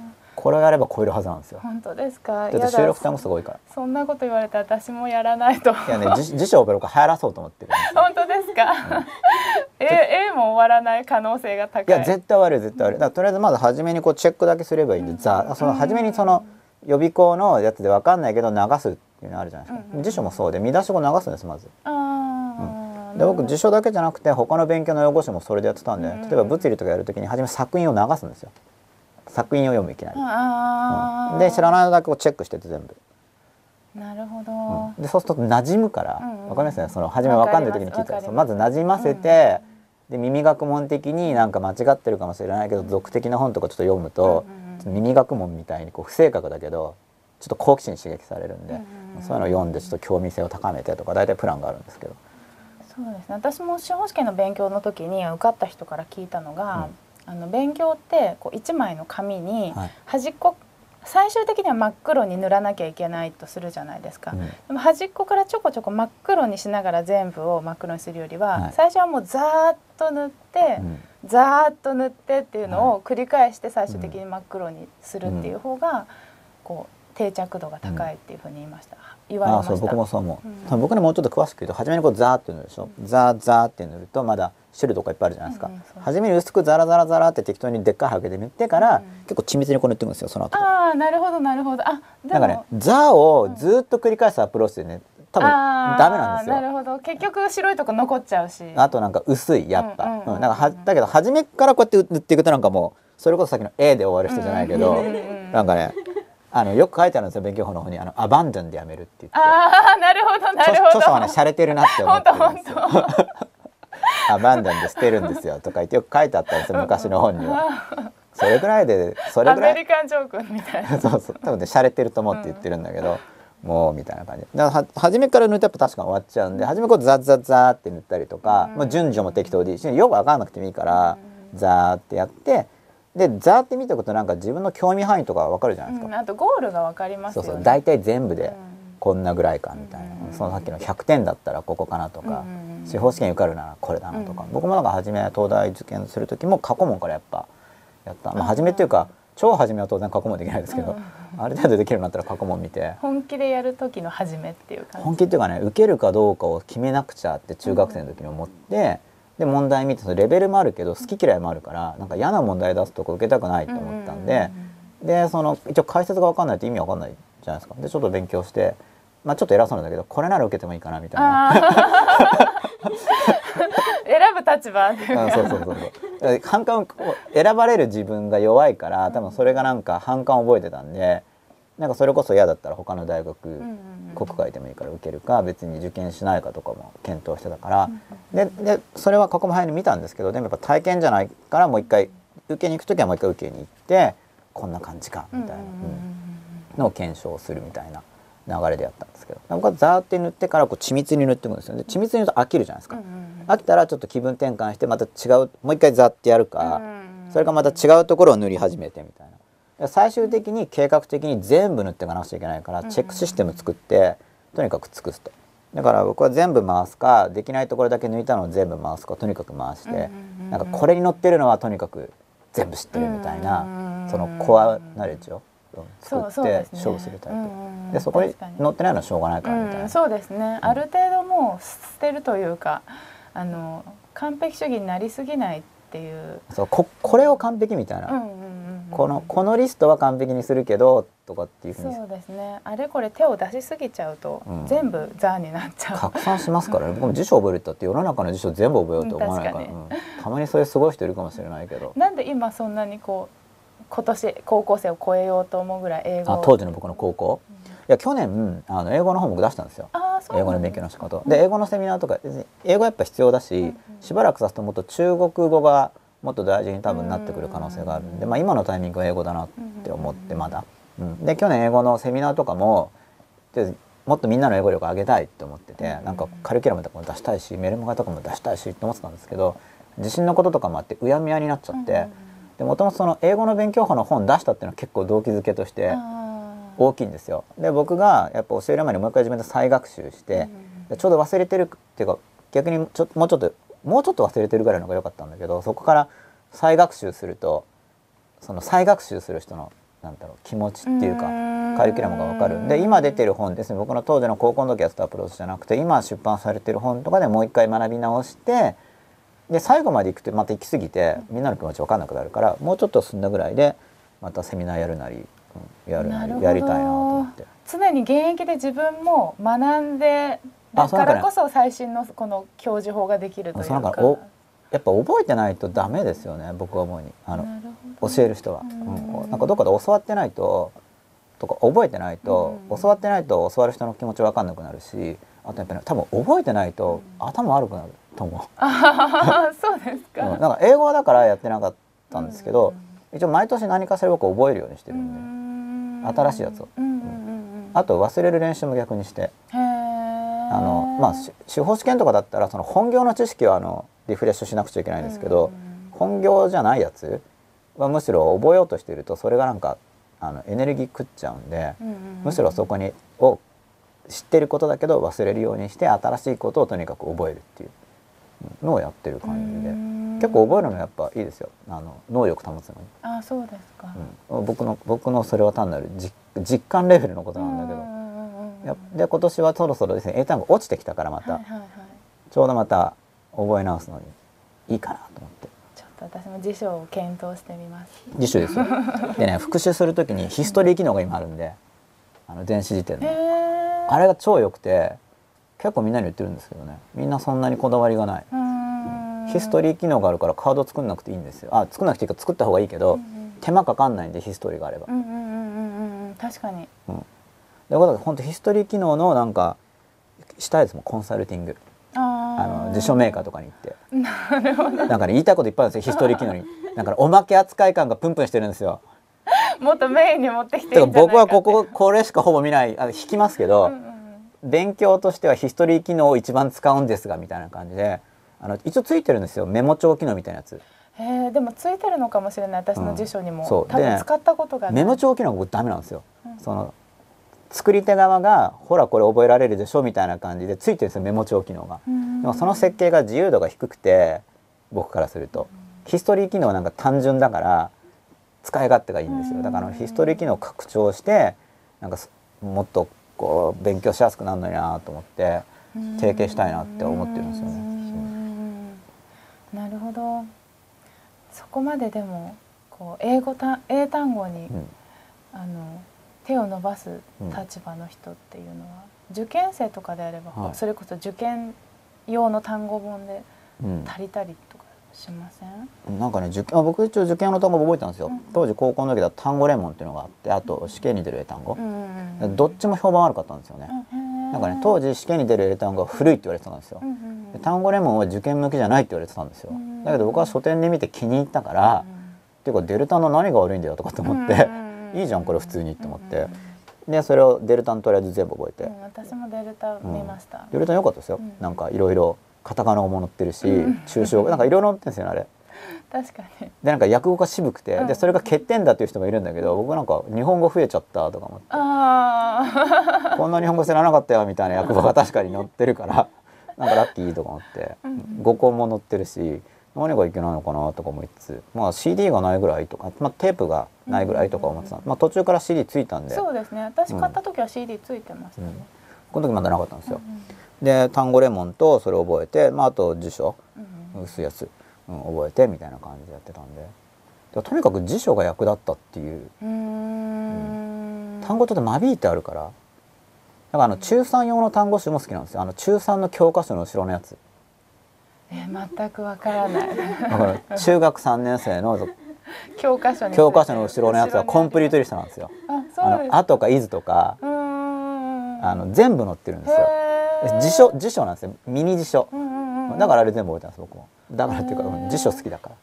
A: これをやれば超えるはずなんですよ。
B: 本当ですか。
A: だって収録単語すごいから。
B: そんなこと言われたら私もやらないと。い
A: やね、辞書を僕流行らそうと思ってるんですよ。
B: 本当ですか。うん、え、A も終わらない可能性が高い。
A: いや絶対悪い絶対悪い。だからとりあえずまず初めにこうチェックだけすればいいんで、うん、ザその初めにその予備校のやつで分かんないけど流すっていうのあるじゃないですか。うんうん、辞書もそうで見出し語流すんですまず。あうん、で僕辞書だけじゃなくて他の勉強の用語書もそれでやってたんで、例えば物理とかやるときに初め作品を流すんですよ。作品を読むいきなり、うん、で知らないのだけをチェックしてて全部。
B: なるほど、
A: うん、でそうすると馴染むから、うん、分かりますね。その初め分かんない時に聞いたらまず馴染ませて、うん、で耳学問的になんか間違ってるかもしれないけど、うん、俗的な本とかちょっと読むと、うん、耳学問みたいにこう不正確だけどちょっと好奇心刺激されるんで、うん、そういうのを読んでちょっと興味性を高めてとか大体プランがあるんですけど。
B: そうですね。私も司法試験の勉強の時に受かった人から聞いたのが、うん、あの勉強ってこういちまいの紙に端っこ、はい、最終的には真っ黒に塗らなきゃいけないとするじゃないですか、うん、でも端っこからちょこちょこ真っ黒にしながら全部を真っ黒にするよりは、はい、最初はもうザーッと塗って、うん、ザーッと塗ってっていうのを繰り返して最終的に真っ黒にするっていう方がこう定着度が高いっていうふうに言いました、うん、言われました。
A: ああそう僕もそう思う、うん、僕にもうちょっと詳しく言うと初めにこうザーって塗るでしょ、ザーザーって塗るとまだ汁とかいっぱいあるじゃないですか、うんうん、初めに薄くザラザラザラって適当にでっかいハケで塗ってから、うん、結構緻密にこう塗っていくんですよその後。あ
B: あなるほどなるほど。あ
A: でもなんかねザーをずっと繰り返すアプローチでね多分ダメなんですよ。
B: なるほど。結局白いとこ残っちゃうし、
A: あとなんか薄いやっぱ、うんうんうん、なんかはだけど初めからこうやって塗っていくとなんかもうそれこそさっきの A で終わる人じゃないけど、うんうんうん、なんかねあのよく書いてあるんですよ勉強法の方にあのアバンドンでやめるって言って。
B: ああなるほどなるほど。
A: 著者はね洒落てるなって思ってるんですよ。アバンドンで捨てるんですよとか言ってよく書いてあったんですよ昔の本には。それぐらいでそれぐらい
B: アメリカンジョークみたいな。
A: そうそう多分ね洒落てると思って言ってるんだけど、うん、もうみたいな感じだからは初めから塗ったら確かに終わっちゃうんで初めこうザッザッザーって塗ったりとか、うん、もう順序も適当でいいしよく分かんなくてもいいから、うん、ザーってやってでザーって見たことなんか自分の興味範囲とか分かるじゃないですか、
B: うん、あとゴールが分かりますよね。
A: そうそう大体全部でこんなぐらいかみたいな、うん、そのさっきのひゃくてんだったらここかなとか、うん、司法試験受かるならこれだなとか、うん、僕もなんか初め東大受験する時も過去問からやっぱやった、まあ、初めっていうか超初めは当然過去問できないですけど、うん、ある程度できるようになったら過去問見て
B: 本気でやる時の初めっていう感じ。
A: 本気っていうかね受けるかどうかを決めなくちゃって中学生の時に思って、うん、で問題見てそのレベルもあるけど好き嫌いもあるからなんか嫌な問題出すとこ受けたくないと思ったんで、でその一応解説が分かんないと意味分かんないじゃないですか。でちょっと勉強して、まあ、ちょっと偉そうなんだけどこれなら受けてもいいかなみたいな。
B: 選ぶ立場。
A: あそうそうそうそう反感を選ばれる自分が弱いから多分それがなんか反感を覚えてたんで、なんかそれこそ嫌だったら他の大学、うんうんうん、国外でもいいから受けるか別に受験しないかとかも検討してたから、うんうん、ででそれは過去も早に見たんですけどでもやっぱ体験じゃないからもう一回受けに行く時はもう一回受けに行ってこんな感じかみたいな、うんうん、のを検証するみたいな流れでやったんですけど僕はザーって塗ってからこう緻密に塗っていくんですよね。緻密に塗ると飽きるじゃないですか、うんうん、飽きたらちょっと気分転換してまた違うもう一回ザーってやるか、うんうん、それかまた違うところを塗り始めてみたいな。最終的に計画的に全部塗っていかなくちゃいけないからチェックシステム作ってとにかく尽くすと。だから僕は全部回すかできないところだけ抜いたのを全部回すかとにかく回してなんかこれに載ってるのはとにかく全部知ってるみたいなそのコアナレッジを作って勝負するタイプでそこに載ってないのはしょうがないからみたいな。
B: そうですね。ある程度もう捨てるというかあの完璧主義になりすぎないっていう
A: そうここれを完璧みたいな、うんうんうん、このこのリストは完璧にするけどとかっていうふうに
B: そうですね。あれこれ手を出しすぎちゃうと、うん、全部ザーになっちゃう。
A: 拡散しますからね。僕も辞書覚えるったって世の中の辞書全部覚えようと思わないから、うん、たまにそういうすごい人いるかもしれないけど
B: なんで今そんなにこう今年高校生を超えようと思うぐらい英語
A: あ当時の僕の高校、うん、いや去年あの英語の本僕出したんですよ。英語の勉強の仕方で英語のセミナーとか英語やっぱ必要だし、うんうん、しばらくさすともっと中国語がもっと大事に多分なってくる可能性があるんで、まあ、今のタイミングは英語だなって思ってまだ、うん、で去年英語のセミナーとかももっとみんなの英語力上げたいって思っててなんかカリキュラムとかも出したいしメルマガとかも出したいしって思ってたんですけど自信のこととかもあってうやむやになっちゃってもともとその英語の勉強法の本出したっていうのは結構動機づけとして大きいんですよ。で僕がやっぱ教える前にもう一回自分で再学習してでちょうど忘れてるっていうか逆にちょもうちょっともうちょっと忘れてるぐらいの方が良かったんだけどそこから再学習するとその再学習する人のなんだろう気持ちっていうかカリキュラムが分かるんで、今出てる本ですね、僕の当時の高校の時やってたアプローチじゃなくて今出版されてる本とかでもう一回学び直して、で最後までいくとまた行き過ぎてみんなの気持ち分かんなくなるから、もうちょっと進んだぐらいでまたセミナーやるなり、うん、やるなりやりたいなと思って。
B: 常に現役で自分も学んでだからこそ最新のこの教授法ができるというか。
A: なんかおやっぱ覚えてないとダメですよね、僕は思うに。あの教える人は、うん、なんかどっかで教わってないととか覚えてないと、うん、教わってないと教わる人の気持ち分かんなくなるし、あとやっぱり、ね、多分覚えてないと頭悪くなると思う。
B: あそうですか。
A: うん、なんか英語はだからやってなかったんですけど、うん、一応毎年何かしら僕覚えるようにしてるんで、うん、新しいやつを、うん、あと忘れる練習も逆にして、あのまあ司法試験とかだったらその本業の知識はあのリフレッシュしなくちゃいけないんですけど、本業じゃないやつはむしろ覚えようとしているとそれがなんかあのエネルギー食っちゃうんで、むしろそこにを知ってることだけど忘れるようにして新しいことをとにかく覚えるっていうのをやってる感じで、結構覚えるのやっぱいいですよ、あの能力保つのに。
B: あ、そうですか。
A: うん、僕の僕のそれは単なる実実感レベルのことなんだけど、で今年はそろそろですね英単語落ちてきたからまた、はいはいはい、ちょうどまた覚え直すのにいいかなと思って。
B: ちょっと私も辞書を検討してみます。
A: 辞書ですよ。でね、復習するときにヒストリー機能が今あるんで、あの電子辞典のあれが超良くて結構みんなに言ってるんですけどね、みんなそんなにこだわりがない。うん、ヒストリー機能があるからカード作んなくていいんですよ。あ、作んなくていいか作った方がいいけど、うんうん、手間かかんないんでヒストリーがあれば。
B: うんうんうんうん、確かに。
A: うん。でことで本当ヒストリー機能のなんかしたいですもん、コンサルティング。あの辞書メーカーとかに行ってなるほど、なんかね言いたいこといっぱいあるんですよヒストリー機能に。なんかおまけ扱い感がプンプンしてるんですよ。
B: もっとメインに持ってきていいんじゃないかって。
A: 僕はこここれしかほぼ見ない、あの引きますけど、うんうん、勉強としてはヒストリー機能を一番使うんですがみたいな感じで、あの一応ついてるんですよ、メモ帳機能みたいなやつ。
B: へえ、でもついてるのかもしれない、私の辞書にも、うん、そう多分使ったことがない。
A: メモ帳機能が僕ダメなんですよ、うん、その作り手側がほらこれ覚えられるでしょみたいな感じでついてるんですよ、メモ帳機能が。でもその設計が自由度が低くて僕からすると、ヒストリー機能はなんか単純だから使い勝手がいいんですよ。だからヒストリー機能を拡張してなんかもっとこう勉強しやすくなるのになと思って提携したいなって思ってるんですよね。
B: なるほど。そこまででもこう英語た英単語に、うん、あの手を伸ばす立場の人っていうのは、うん、受験生とかであれば、はい、それこそ受験用の単語本で足りたりとかしません？
A: うん、なんかね、受あ僕一応受験の単語覚えたんですよ、うん、当時高校の時だと単語レモンっていうのがあって、あと試験に出る英単語、うんうん、どっちも評判悪かったんですよね、うん、なんかね当時試験に出る英単語は古いって言われてたんですよ、うん、で単語レモンは受験向きじゃないって言われてたんですよ、うん、だけど僕は書店で見て気に入ったから、うん、っていうかデルタの何が悪いんだよとかと思って、うん、いいじゃんこれ普通にって思って、うん、でそれをデルタのとりあえず全部覚えて、うん、
B: 私もデルタ見ました、うん、
A: デルタ良かったですよ、うん、なんかいろいろカタカナ語も載ってるし、うん、抽象なんかいろいろ載ってるんですよねあれ。
B: 確かに。
A: でなんか訳語が渋くて、うん、でそれが欠点だっていう人もいるんだけど、僕なんか日本語増えちゃったとか思って、あこんな日本語知らなかったよみたいな訳語が確かに載ってるからなんかラッキーとか思って、うん、語根も載ってるし何がいけないのかなとか思いつつ、まあ シーディー がないぐらいとか、まあ、テープがないぐらいとか思ってた、まあ、途中から シーディー ついたんで。
B: そうですね、私買った時は シーディー ついてましたね、うん、
A: この時まだなかったんですよ、うんうん、で単語レモンとそれを覚えて、まあ、あと辞書、うん、薄いやつ、うん、覚えてみたいな感じでやってたんで、とにかく辞書が役立ったっていう、うーん、うん、単語ちょっと間引いてあるから、だからあの中さん用の単語集も好きなんですよ、あの中さんの教科書の後ろのやつ。
B: え全くわからない
A: だから中学さんねん生の
B: 教科書に
A: 教科書の後ろのやつはコンプリートリストなんですよ。
B: あ、そうです。
A: あとか「いず」とかあの全部載ってるんですよ。辞書辞書なんですよ、ミニ辞書。だからあれ全部覚えてます僕も。だからっていうか辞書好きだから。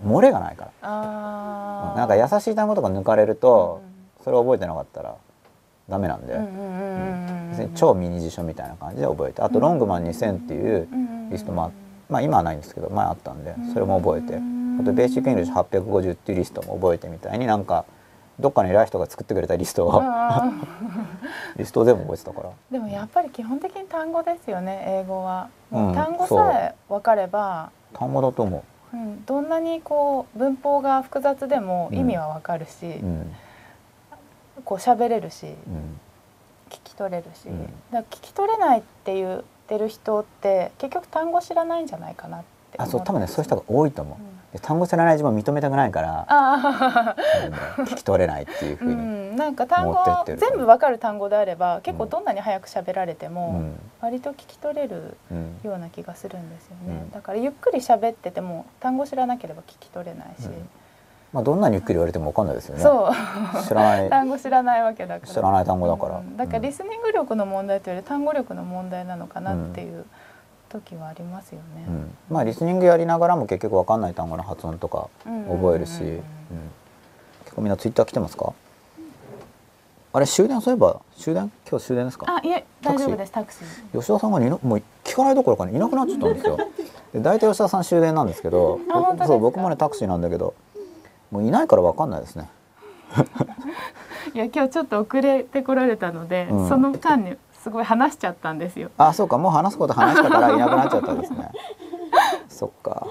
A: 漏れがないから。あなんか優しい単語とか抜かれるとそれを覚えてなかったらダメなんで、超ミニ辞書みたいな感じで覚えて、あとロングマンにせんっていうリストも、まあ今はないんですけど前あったんでそれも覚えて、あとベーシックイングリッシュはっぴゃくごじゅうっていうリストも覚えてみたいに、なんかどっかの偉い人が作ってくれたリストをリストを全部覚えてたから。
B: でもやっぱり基本的に単語ですよね英語は。もう単語さえ分かれば、
A: うん、単語だと思う。
B: うん、どんなにこう文法が複雑でも意味はわかるし、うん、こう喋れるし、うん、聞き取れるし、うん、だから聞き取れないって言ってる人って結局単語知らないんじゃないかなって思って。
A: あ、そう、多分ね、そういう人が多いと思う、うん、で単語知らない自分を認めたくないからあ聞き取れないっていうふうに、うん、
B: なんか単語全部わかる単語であれば結構どんなに早く喋られても割と聞き取れるような気がするんですよね、うん、だからゆっくり喋ってても単語知らなければ聞き取れないし、うん、
A: まあ、どんなにゆっくり言われてもわかんないですよね。
B: そう知らない単語知らないわけだから
A: 知らない単語だから、うん、
B: だからリスニング力の問題というより単語力の問題なのかなっていう時はありますよね、
A: うん、まあリスニングやりながらも結局わかんない単語の発音とか覚えるし、結構みんなツイッター来てますか？あれ終電、そういえば終電、今日終電ですか？
B: あ、いえ大丈夫です。タクシー
A: 吉田さんがいなもう聞かないどころか、ね、いなくなっちゃったんですよで大体吉田さん終電なんですけどそう僕もねタクシーなんだけどもういないからわかんないですね
B: いや今日ちょっと遅れてこられたので、うん、その間にすごい話しちゃったんですよ。
A: あ、そうか、もう話すこと話したからいなくなっちゃったんですねそっか。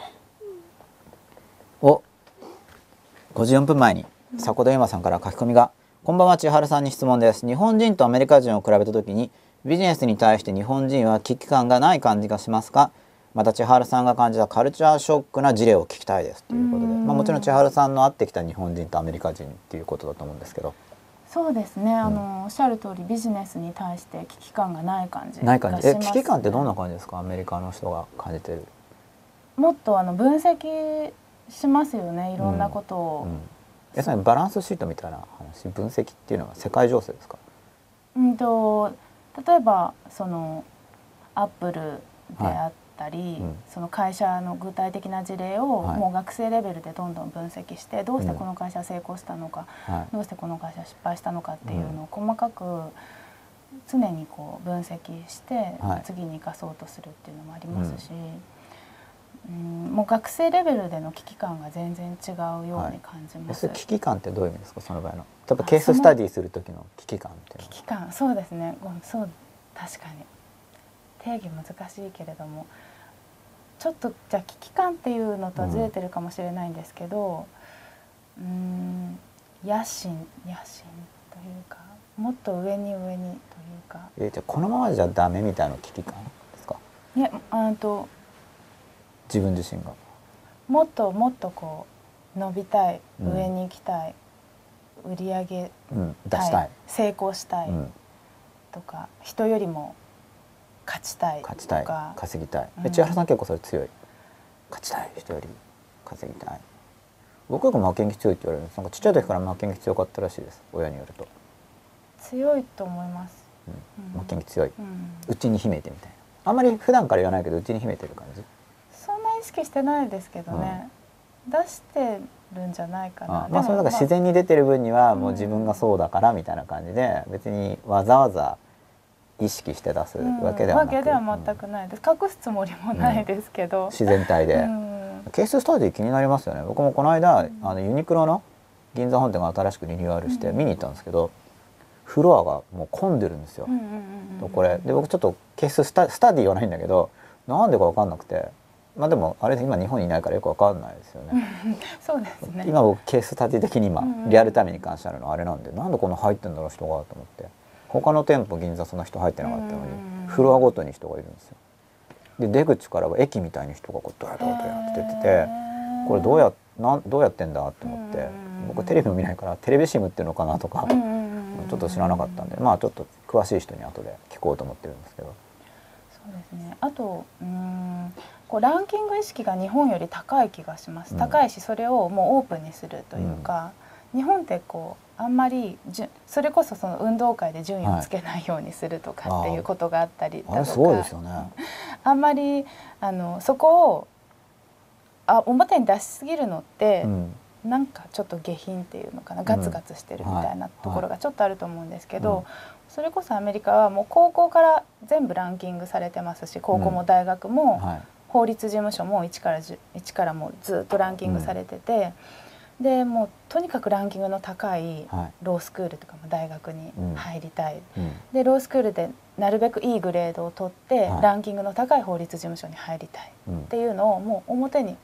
A: お、ごじゅうよんぷんまえに迫田由真さんから書き込みが。こんばんは、千春さんに質問です。日本人とアメリカ人を比べたときにビジネスに対して日本人は危機感がない感じがしますか？また千春さんが感じたカルチャーショックな事例を聞きたいですということで、まあ、もちろん千春さんの会ってきた日本人とアメリカ人っていうことだと思うんですけど。
B: そうですね、あの、うん、おっしゃる通りビジネスに対して危機感がない感じがします、ね、
A: ない感じ。え、危機感ってどんな感じですか？アメリカの人が感じてる。
B: もっとあの分析しますよね、いろんなことを、うんうん、
A: え、それバランスシートみたいな話、分析っていうのは世界情勢ですか？
B: うんと例えばそのアップルであったり、はいうん、その会社の具体的な事例をもう学生レベルでどんどん分析して、はい、どうしてこの会社成功したのか、うん、どうしてこの会社失敗したのかっていうのを細かく常にこう分析して次に生かそうとするっていうのもありますし、うん、もう学生レベルでの危機感が全然違うように感じます。
A: はい、危機感ってどういう意味ですか？その場合の例えばケーススタディする時の危機感っていうのは。
B: 危機感、そうですね、そう確かに定義難しいけれども、ちょっとじゃあ危機感っていうのとはずれてるかもしれないんですけど、うん、うーん野心野心というかもっと上に上にというか。
A: え、じゃあこのままじゃダメみたいな危機感ですか？
B: いや、あと
A: 自分自身が
B: もっともっとこう伸びたい、うん、上に行きたい、売り上げたい、うん、出したい、成功したい、うん、とか人よりも勝ちたいとか、勝ちたい、
A: 稼ぎたい。え、千原さん結構それ強い。勝ちたい、人より稼ぎたい。僕よく負けん気強いって言われるんです。なんかちっちゃい時から負けん気強かったらしいです、親によると。
B: 強いと思います、
A: うん、負けん気強い、うん、内に秘めてみたいな。あんまり普段から言わないけど内に秘めてる感じ。
B: そんな意識してないですけどね、うん、出してるんじゃないかな。
A: あ、まあそれだから自然に出てる分にはもう自分がそうだからみたいな感じで、別にわざわざ意識して出すわけではなく、うん、
B: わけでは全くないです。隠すつもりもないですけど、うん、
A: 自然体で、うん、ケーススタディ気になりますよね。僕もこの間、うん、あのユニクロの銀座本店が新しくリニューアルして見に行ったんですけど、フロアがもう混んでるんですよ。これで僕ちょっとケースス タ, スタディはないんだけど、なんでか分かんなくて、まあでもあれ今日本にいないからよく分かんないですよね。
B: そうですね。
A: 今僕ケーススタディ的に今リアルタイムに関してあるのはあれなんで、なんでこんな入ってんだろう人がと思って。他の店舗銀座そんな人入ってなかったのにフロアごとに人がいるんですよ。で出口からは駅みたいに人がこうドヤドヤドヤって出てて、これどうやなんどうやってんだって思って、僕テレビも見ないからテレビシムっていうのかなとかちょっと知らなかったんで、まあちょっと詳しい人に後で聞こうと思ってるんですけど。
B: そうですね。あとうーんこうランキング意識が日本より高い気がします。高いしそれをもうオープンにするというか、うん、日本ってこうあんまりじゅそれこそその運動会で順位をつけないようにするとかっていうことがあったりだとか、
A: あれすごいですよね。
B: あんまりあのそこをあ表に出しすぎるのって、うん、なんかちょっと下品っていうのかな、ガツガツしてるみたいなところがちょっとあると思うんですけど、うんはいはい、それこそアメリカはもう高校から全部ランキングされてますし、高校も大学も、うんはい、法律事務所もいちからじゅういちからもうずっとランキングされてて。うんでもうとにかくランキングの高いロースクールとかも大学に入りたい、うん、でロースクールでなるべくいいグレードを取って、はい、ランキングの高い法律事務所に入りたいっていうのをもう表に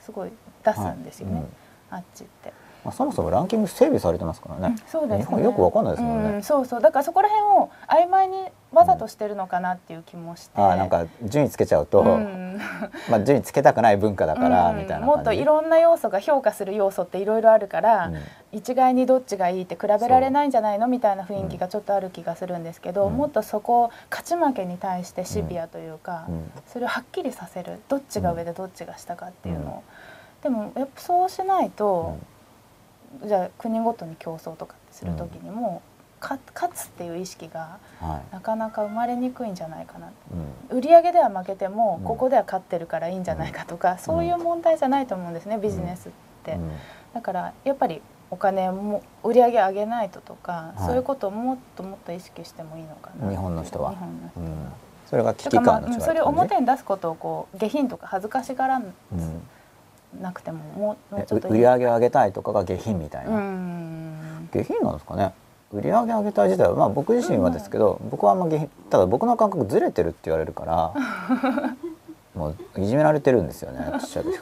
B: すごい出すんですよね、はい、うん、あっちって。
A: まあ、そもそもランキング整備されてますからね、
B: うん、そうですね、
A: 日本よくわかんないですもんね、
B: うん、そうそう、だからそこら辺を曖昧にわざとしてるのかなっていう気もして、うん、
A: あ、なんか順位つけちゃうと、うん、まあ順位つけたくない文化だから、うん、みたいな感じ。
B: もっといろんな要素が評価する要素っていろいろあるから、うん、一概にどっちがいいって比べられないんじゃないのみたいな雰囲気がちょっとある気がするんですけど、うん、もっとそこを勝ち負けに対してシビアというか、うん、それをはっきりさせる、どっちが上でどっちが下かっていうのを、うん、でもやっぱそうしないと、うん、じゃあ国ごとに競争とかする時にも、うん、勝つっていう意識がなかなか生まれにくいんじゃないかな、うん、売上では負けても、うん、ここでは勝ってるからいいんじゃないかとか、うん、そういう問題じゃないと思うんですね、ビジネスって、うん、だからやっぱりお金も売上上げないととか、はい、そういうことをもっともっと意識してもいいのかな、
A: 日本の人は。
B: 日本の人は、うん、
A: それが危機感の違い、
B: まあ、それを表に出すことをこう下品とか恥ずかしがらなくても、もう、もうちょっと
A: 売上を上げたいとかが下品みたいな、うん、下品なんですかね。売り上げ上げたい自体は、まあ、僕自身はですけど、うん、僕はあんまりただ僕の感覚ずれてるって言われるからもういじめられてるんですよね、ちっちゃい時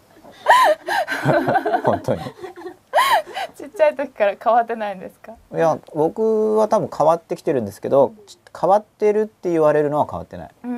A: から本当に
B: ちっちゃい時から変わってないんですか？
A: いや、僕は多分変わってきてるんですけど、変わってるって言われるのは変わってない。うん、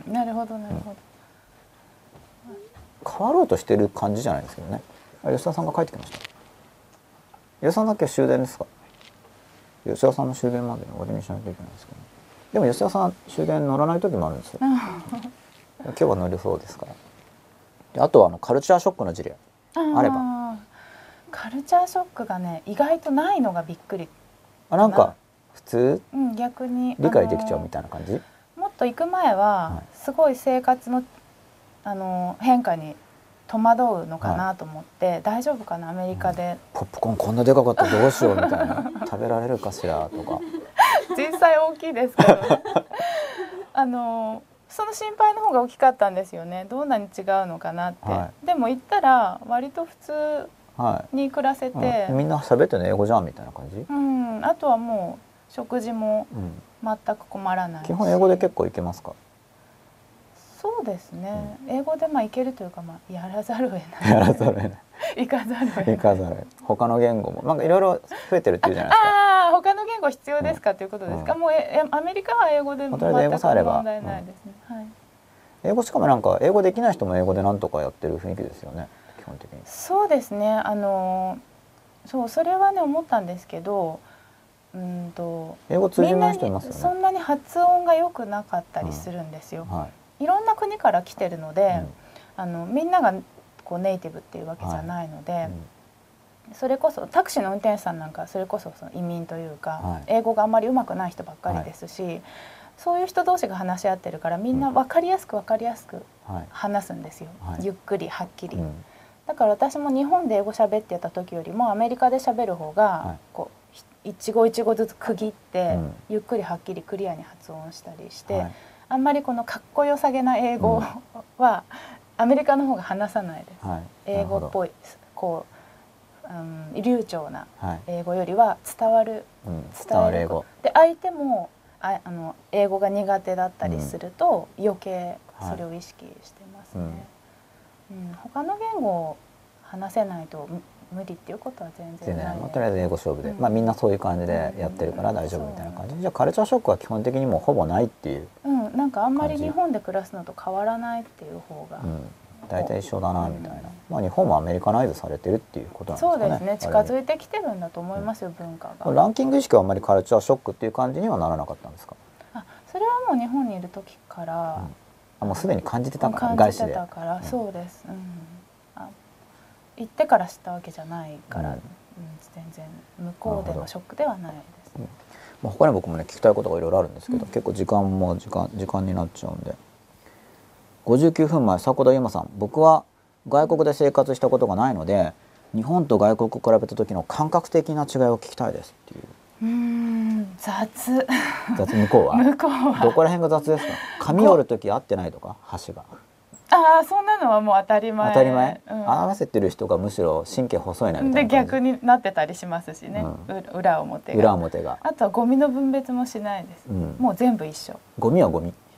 B: なるほどなるほど、
A: うん、変わろうとしてる感じじゃないですけどね。吉田さんが帰ってきました。吉田さんだけ終電ですか？吉田さんの終電まで終わりにしないといけないですけど、ね、でも吉田さん終電乗らない時もあるんですよ今日は乗りそうですから。であとはあのカルチャーショックの事例あれば。
B: カルチャーショックがね、意外とないのがびっくり。
A: あ、なんか普通、
B: うん、逆に
A: 理解できちゃうみたいな感じ。
B: もっと行く前はすごい生活の、あの変化に戸惑うのかなと思って、はい、大丈夫かなアメリカで、
A: うん、ポップコーンこんなでかかったらどうしようみたいな食べられるかしらとか
B: 実際大きいですけどあのその心配の方が大きかったんですよね。どんなに違うのかなって、はい、でも行ったら割と普通に暮らせて、はい
A: うん、みんな喋ってるの英語じゃんみたいな感じ、
B: うん、あとはもう食事も全く困らない、うん、
A: 基本英語で結構いけますか？
B: そうですね、うん、英語でまあいけるというか、まあ、やらざるを得ない
A: やらざるを得ない
B: 行かざるを得ない
A: 行かざる他の言語もなんかいろいろ増えてるっていうじゃないですか。
B: ああ、他の言語必要ですか、うん、ということですか、うん、もうえアメリカは英語で全く問題ないですね、うん、はい、
A: 英語しかもなんか英語できない人も英語でなんとかやってる雰囲気ですよね、基本的に。
B: そうですね、あのそうそれはね思ったんですけど、うんと
A: 英語通じない人いますよね。
B: そんなに発音が良くなかったりするんですよ、うん、はい、いろんな国から来てるので、うん、あのみんながこうネイティブっていうわけじゃないので、はい、うん、それこそタクシーの運転手さんなんかそれこそその移民というか、はい、英語があんまり上手くない人ばっかりですし、はい、そういう人同士が話し合ってるからみんな分かりやすく分かりやすく話すんですよ、はい、ゆっくりはっきり、うん、だから私も日本で英語喋ってた時よりもアメリカで喋る方がこう一語一語ずつ区切って、うん、ゆっくりはっきりクリアに発音したりして、はい、あんまりこのかっこよさげな英語は、うん、アメリカの方が話さないです、はい、英語っぽいこう、うん、流暢な英語よりは伝わる、
A: うん、伝わる英語
B: で、相手もああの英語が苦手だったりすると、うん、余計それを意識してますね、はい、うんうん、他の言語を話せないと無理っていうことは全然ない、
A: まあ、とりあえず英語勝負で、うん、まあ、みんなそういう感じでやってるから大丈夫みたいな感じ、うん、じゃあカルチャーショックは基本的にもうほぼないっていう、
B: うん、なんかあんまり日本で暮らすのと変わらないっていう方が、うん、
A: 大体一緒だなみたいな、うん、まあ日本もアメリカナイズされてるっていうことなんですかね。
B: そうですね、近づいてきてるんだと思いますよ、うん、文化が。
A: ランキング意識はあんまりカルチャーショックっていう感じにはならなかったんですか？
B: あ、それはもう日本にいる時から、うん、
A: あ、もうすでに感じてたから、
B: 感じてたから、そうです、うん、あ、行ってから知ったわけじゃないから、うんうん、全然向こうでのショックではないです、ね、うん、
A: まあ、他に僕もね聞きたいことがいろいろあるんですけど、うん、結構時間も時間時間になっちゃうんで、ごじゅうきゅうふんまえ、迫田悠馬さん、僕は外国で生活したことがないので日本と外国を比べた時の感覚的な違いを聞きたいですっていう。
B: うーん、雑
A: 雑、向こうは
B: 向こうは
A: どこら辺が雑ですか？髪折る時合ってないとか、箸が。
B: ああ、そんなのはもう当たり前。
A: 当たり前、うん、合わせてる人がむしろ神経細いなみたいな
B: で逆になってたりしますしね、うん、裏表が
A: 裏表が。
B: あとはゴミの分別もしないです、うん、もう全部一緒。
A: ゴミはゴミ。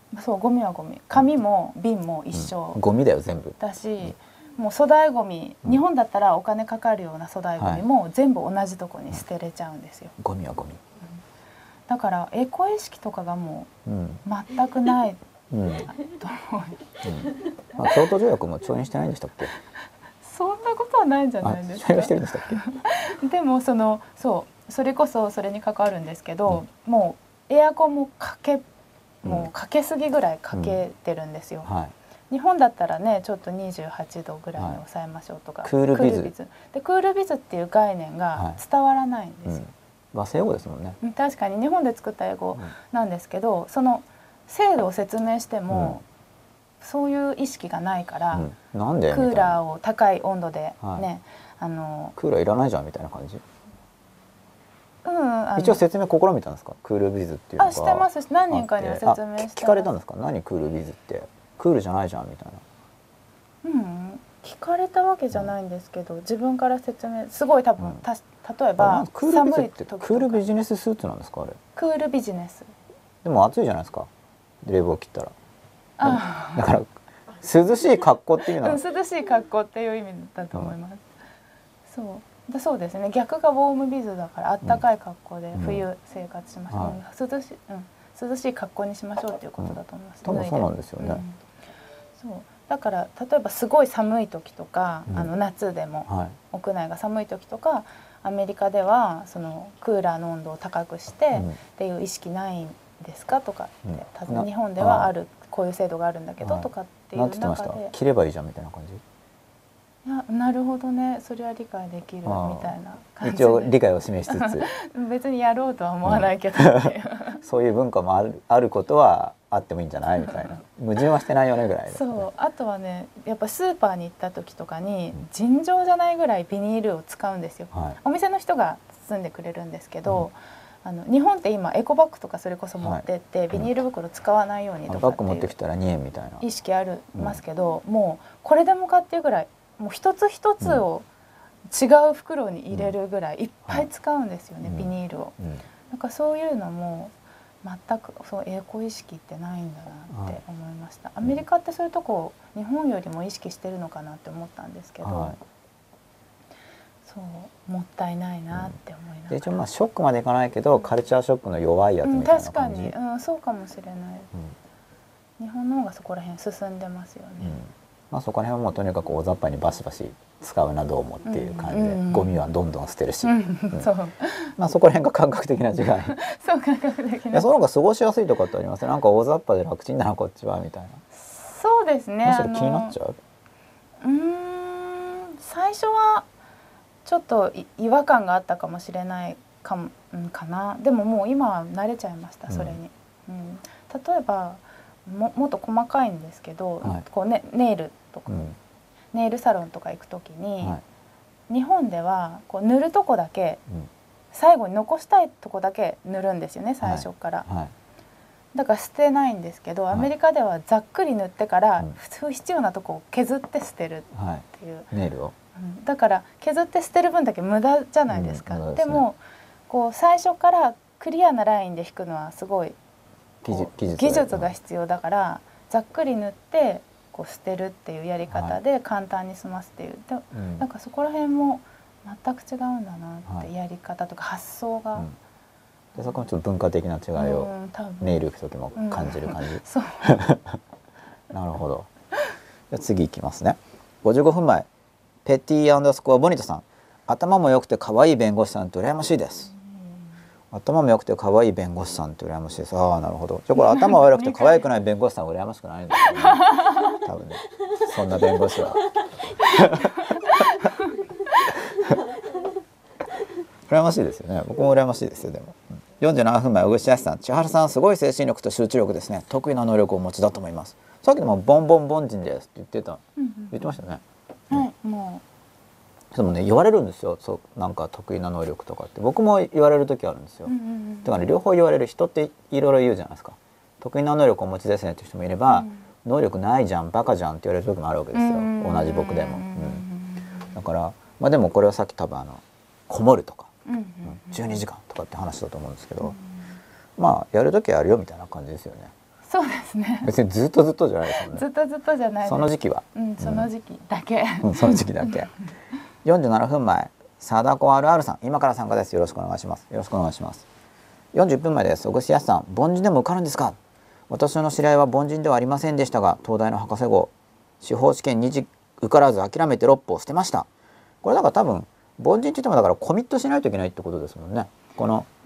B: そうゴミはゴミ、紙も瓶も一緒、
A: うん、ゴミだよ全部
B: だし、もう粗大ゴミ、日本だったらお金かかるような粗大ゴミも全部同じとこに捨てれちゃうんですよ、
A: ゴミはゴミ、
B: だからエコ意識とかがもう全くない、うんうん、と思う、
A: うん、京都条約も調印してないんでしたっけ？
B: そんなことはないんじゃないですか。
A: 調印してるんでしたっけ？
B: でもそのそうそれこそそれに関わるんですけど、うん、もうエアコンもかけもうかけすぎぐらいかけてるんですよ、うんはい、日本だったらねちょっとにじゅうはちどぐらいに抑えましょうとか、はい、
A: クールビズ
B: でクールビズっていう概念が伝わらないんですよ、はいうん
A: 和製英語ですもんね。
B: 確かに日本で作った英語なんですけど、うん、その制度を説明しても、うん、そういう意識がないから、
A: うん、なんで
B: クーラーを高い温度でね、はい、あの
A: クーラーいらないじゃんみたいな感じ。
B: うん、
A: 一応説明試みたんですか？クールビズっていうのが
B: あしてますし、何人かには説明してます。
A: 聞かれたんですか？何クールビズってクールじゃないじゃんみたい
B: な。うん聞かれたわけじゃないんですけど、自分から説明すごい多分、うん、た例えば
A: 寒い時とかクールビジネススーツなんですかあれ？
B: クールビジネス
A: でも暑いじゃないですか冷房切ったら。あだから涼しい格好っていうのは、
B: うん、涼しい格好っていう意味だと思います、うん、そうだそうですね、逆がウォームビズだからあったかい格好で冬生活しましょう、うん、涼しい、うん、涼しい格好にしましょうっていうことだと思います、
A: うん、多分そうなんですよね、
B: うん、そうだから例えばすごい寒い時とか、うん、あの夏でも、はい、屋内が寒い時とかアメリカではそのクーラーの温度を高くして、うん、っていう意識ないんですかとかって、うん、日本ではあるこういう制度があるんだけど、はい、とかっていう中で
A: 着ればいいじゃんみたいな感じ。
B: いやなるほどね、それは理解できるみたいな感じで
A: 一応理解を示しつつ
B: 別にやろうとは思わないけど、
A: うん、そういう文化もある、あることはあってもいいんじゃないみたいな矛盾はしてないよねぐらいです、ね、
B: そうあとはねやっぱスーパーに行った時とかに尋常じゃないぐらいビニールを使うんですよ、はい、お店の人が包んでくれるんですけど、うん、あの日本って今エコバッグとかそれこそ持ってって、はい、ビニール袋使わないようにとか
A: バッグ持ってきたらにえんみたいな
B: 意識ありますけど、うん、もうこれでもかっていうぐらいもう一つ一つを違う袋に入れるぐらいいっぱい使うんですよね、うん、ビニールを、うん、なんかそういうのも全くそうエコ意識ってないんだなって思いました、はい、アメリカってそういうとこ日本よりも意識してるのかなって思ったんですけど、はい、そうもったいないなって思いながら、
A: で一応まあショックまでいかないけどカルチャーショックの弱いやつみたいな感じ、
B: うん、確かに、うん、そうかもしれない、うん、日本の方がそこら辺進んでますよね、うん
A: まあ、そこら辺はもうとにかく大雑把にバシバシ使うなどうもっていう感じで、うんうん、ゴミはどんどん捨てるし、うんうんそうまあ、そこら辺が感覚的な違い
B: そう感覚的な
A: いやその方が過ごしやすいとかってあります？なんか大雑把で楽ちんだなこっちはみたいな。
B: そうですね、
A: それ気になっちゃう？
B: うーん最初はちょっと違和感があったかもしれないかも、うん、かな。でももう今は慣れちゃいましたそれに、うんうん、例えばも, もっと細かいんですけど、はい、こうね、ネイルとか、うん、ネイルサロンとか行くときに、はい、日本ではこう塗るとこだけ、うん、最後に残したいとこだけ塗るんですよね最初から、はいはい、だから捨てないんですけど、アメリカではざっくり塗ってから、うん、不必要なとこを削って捨てるっていう、はい、
A: ネイルを、
B: うん、だから削って捨てる分だけ無駄じゃないですか、うん、で, すね、でもこう最初からクリアなラインで引くのはすごい技術, 技術が必要だからざっくり塗ってこう捨てるっていうやり方で簡単に済ますっていう、はい、でなんかそこら辺も全く違うんだなって、はい、やり方とか発想が、うん、
A: でそこもちょっと文化的な違いをネイル行く時も感じる感じ、うん、
B: そう
A: なるほど。じゃ次いきますね。ごじゅうごふんまえペティアンダースコアボニトさん、頭も良くて可愛い弁護士さんって羨ましいです。頭も良くて可愛い弁護士さんって羨ましいです。ああなるほど。じゃこれ頭悪くて可愛くない弁護士さんは羨ましくないんですよね。多分ねそんな弁護士は羨ましいですよね。僕も羨ましいですよ。でもよんじゅうななふんまえ小口康さん、千原さんすごい精神力と集中力ですね。得意な能力をお持ちだと思います。さっきでもボンボンボン人ですって言ってた、うんうん、言ってましたね。
B: はい、もう
A: でもね言われるんですよ。そうなんか得意な能力とかって僕も言われる時あるんですよ。うんうんうん、だから、ね、両方言われる人っていろいろ言うじゃないですか。得意な能力をお持ちですねって人もいれば、うん、能力ないじゃんバカじゃんって言われる時もあるわけですよ、うんうん、同じ僕でも、うん、だからまあでもこれはさっき多分あのこもるとか、うんうんうん、じゅうにじかんとかって話だと思うんですけど、うん、まあやる時はやるよみたいな感じですよね。
B: そうですね。
A: 別にずっとずっとじゃないですもんね。
B: ずっとずっとじゃないです。
A: その時期は、
B: うん、その時期だけ、
A: うん、その時期だけ。よんじゅうななふんまえ、貞子あるあるさん、今から参加です。よろしくお願いします。よろしくお願いします。よんじゅっぷんまえです。小串康さん、凡人でも受かるんですか。私の知り合いは凡人ではありませんでしたが、東大の博士号、司法試験に次受からず諦めてろっぽを捨てました。これだから多分凡人って言ってもだからコミットしないといけないってことですもんね。この、うん、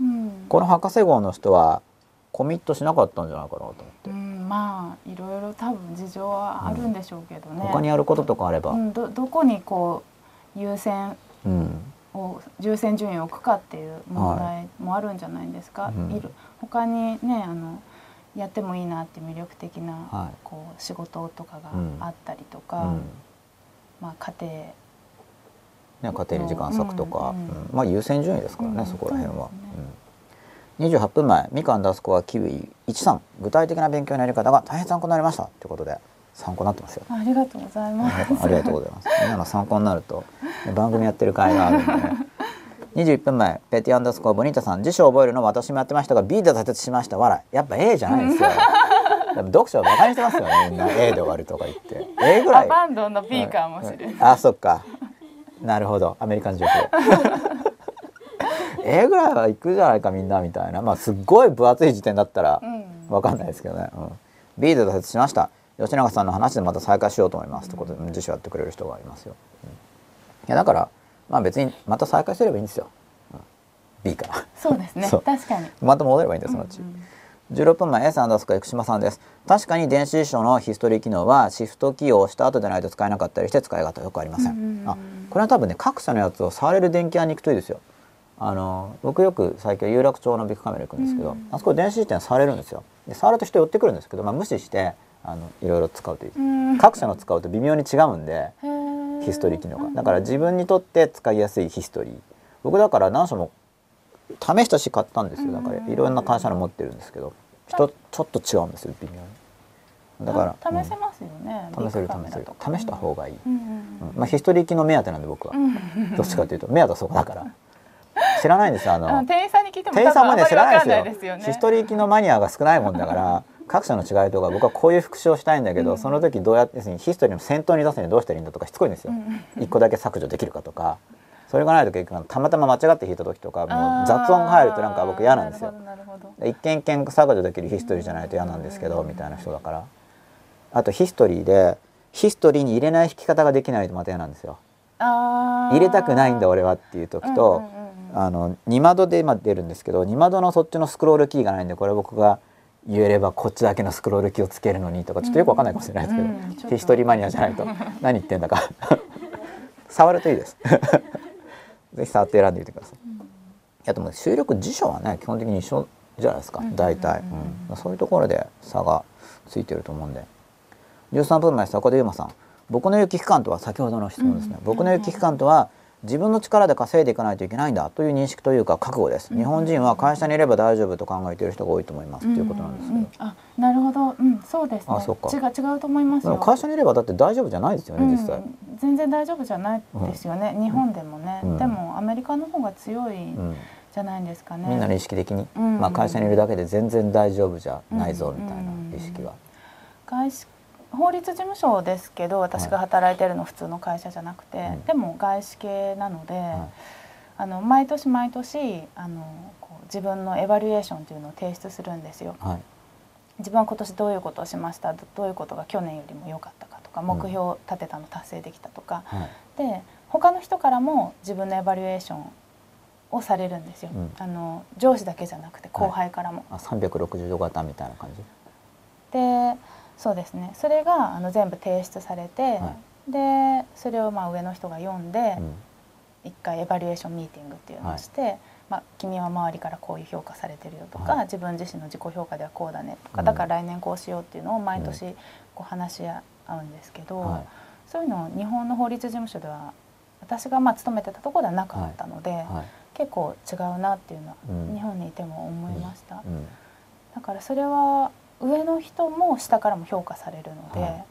A: この博士号の人はコミットしなかったんじゃないかなと思って。
B: うん、まあいろいろ多分事情はあるんでしょうけどね。
A: うん、他にやることとかあれば、
B: うん、どどこにこう優先を、優先順位を置くかっていう問題もあるんじゃないですか。はい、いる他にね、あのやってもいいなって魅力的な、はい、こう仕事とかがあったりとか、うん、まあ家庭
A: ね、家庭に時間割くとか、うんうん、まあ優先順位ですからね、うん、そこら辺は。にじゅうはっぷんまえ、みかんダスコはキウイいちさん、具体的な勉強のやり方が大変参考になりましたということで参考になってますよ。
B: ありがとうございます。
A: ありがとうございます。みんなの参考になると番組やってる甲斐があるんでね。にじゅういっぷんまえ、ペティアンダスコはボニータさん、辞書を覚えるの私もやってましたが B で挫折しました。笑い。やっぱ A じゃないですよ。読書をバカにしてますよね、みんな A で終わるとか言って A ぐらい。
B: アバンドンの B かもしれない。
A: あ、そっか。なるほど、アメリカンジョークで。A ぐらいは行くじゃないかみんなみたいな、まあすっごい分厚い辞典だったらわかんないですけどね。うん、B で挫折しました。吉永さんの話でまた再開しようと思いますということで辞書やってくれる人がいますよ。うん、いやだからまあ別にまた再開すればいいんですよ。うん、B から。
B: そうですね。確かに。
A: また戻ればいいんですそのうち。うんうん、じゅうろっぷんまえ、エスアンダースコ生島さんです。確かに電子辞書のヒストリー機能はシフトキーを押した後でないと使えなかったりして使い方よくありません。あ、これは多分ね、各社のやつを触れる電気屋に行くといいですよ。あの僕よく最近有楽町のビッグカメラ行くんですけど、あそこ電子辞典触れるんですよ。で触ると人寄ってくるんですけど、まあ、無視してあのいろいろ使うといい。各社の使うと微妙に違うんでヒストリー機能が。だから自分にとって使いやすいヒストリー。僕だから何社も試したし買ったんですよ。だからいろんな会社の持ってるんですけど、人ちょっと違うんですよ、微妙に。だから
B: 試せますよね。
A: 試せる試せる試した方がいい。まあヒストリー機能目当てなんで僕は。どっちかというと目当てはそこだから。知らないんですよ。あの
B: 店員さんに聞いても
A: 店員さんもね知らない
B: ですよ。
A: ヒストリー機能マニアが少ないもんだから各社の違いとか、僕はこういう復習をしたいんだけど、その時どうやってヒストリーの先頭に出すにはどうしたらいいんだとかしつこいんですよ。一個だけ削除できるかとか。それがないと結局たまたま間違って弾いた時とかもう雑音が入るとなんか僕嫌なんですよ。一件一件削除できるヒストリーじゃないと嫌なんですけどみたいな人だから。あとヒストリーでヒストリーに入れない弾き方ができないとまた嫌なんですよ。入れたくないんだ俺はっていう時と、あのに窓で今出るんですけど、に窓のそっちのスクロールキーがないんで、これ僕が言えればこっちだけのスクロールキーをつけるのにとかちょっとよくわかんないかもしれないですけど、ヒストリーマニアじゃないと何言ってんだか触るといいですぜひ触って選んでみてください。うん、あとも収録辞書はね基本的に一緒じゃないですか、大体、うん、そういうところで差がついてると思うんで。じゅうさんぷんまえ、坂出優馬さん、僕の言う危機感とは先ほどの質問ですね。うん、僕の言う危機感とは自分の力で稼いでいかないといけないんだという認識というか覚悟です。うん、日本人は会社にいれば大丈夫と考えている人が多いと思います、うん、ということなんですけど。
B: あ、なるほど、うん、そうですね。あ、そうか。違う違うと思いますよ。
A: 会社にいればだって大丈夫じゃないですよね、うん、実際。
B: 全然大丈夫じゃないですよね、うん、日本でもね、うん、でもアメリカの方が強いじゃないんですかね、
A: みんなの意識的に、うん、まあ、会社にいるだけで全然大丈夫じゃないぞみたいな意識は、
B: 外資法律事務所ですけど、私が働いてるの普通の会社じゃなくて、はい、でも外資系なので、はい、あの毎年毎年あのこう自分のエバリエーションというのを提出するんですよ。はい、自分は今年どういうことをしました、どういうことが去年よりも良かったかとか、目標を立てたの達成できたとか、うん、で他の人からも自分のエバリエーションをされるんですよ。うん、あの上司だけじゃなくて後輩からも。
A: はい、あ、さんびゃくろくじゅうど型みたいな感じ
B: で、そうですね、それがあの全部提出されて、はい、でそれをまあ上の人が読んで、うん、一回エバリエーションミーティングっていうのをして、はい、まあ、君は周りからこういう評価されてるよとか、はい、自分自身の自己評価ではこうだねとか、うん、だから来年こうしようっていうのを毎年こう話し合うんですけど、はい、そういうのを日本の法律事務所では私がまあ勤めてたところではなかったので、はいはい、結構違うなっていうのは、うん、日本にいても思いました。うんうん、だからそれは上の人も下からも評価されるので、はい、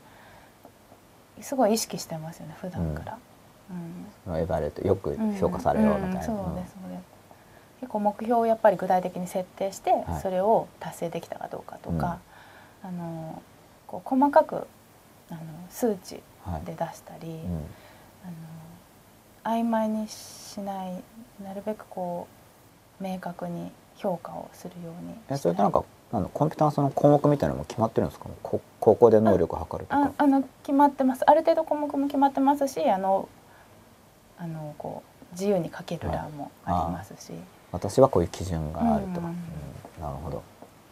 B: すごい意識してますよね普段から。
A: うん、エバレとよく評価されようみたいな。
B: うんうん、そうですそうです。結構目標をやっぱり具体的に設定して、はい、それを達成できたかどうかとか、 あのこう細かくあの数値で出したり、はい、うん、あの曖昧にしない、なるべくこう明確に評価をするように。
A: え、それってなんかあのコンピューターのその項目みたいなのも決まってるんですか？こここで能力を測るとか。
B: ああの決まってます。ある程度項目も決まってますし、あのあのこう自由に書ける欄もありますし、はい、
A: 私はこういう基準があるとか、うんうん、なるほど。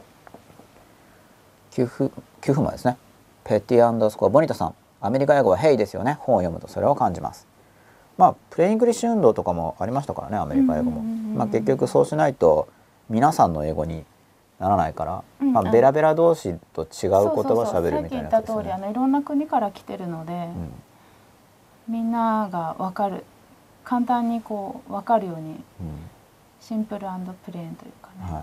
A: 給付給付前ですね。ペティアンダースコアボニタさん、アメリカ英語はヘイですよね。本を読むとそれを感じます。まあプレイングリッシュ運動とかもありましたからね、アメリカ英語も。まあ結局そうしないと皆さんの英語にならないから、うん、まあベラベラ同士と違う言葉をしゃべるみたいなやつですね。
B: さっき言った通り、あのいろんな国から来てるので、うん、みんなが分かる、簡単にこう分かるように、うん、シンプル&プレーンというかね。はい、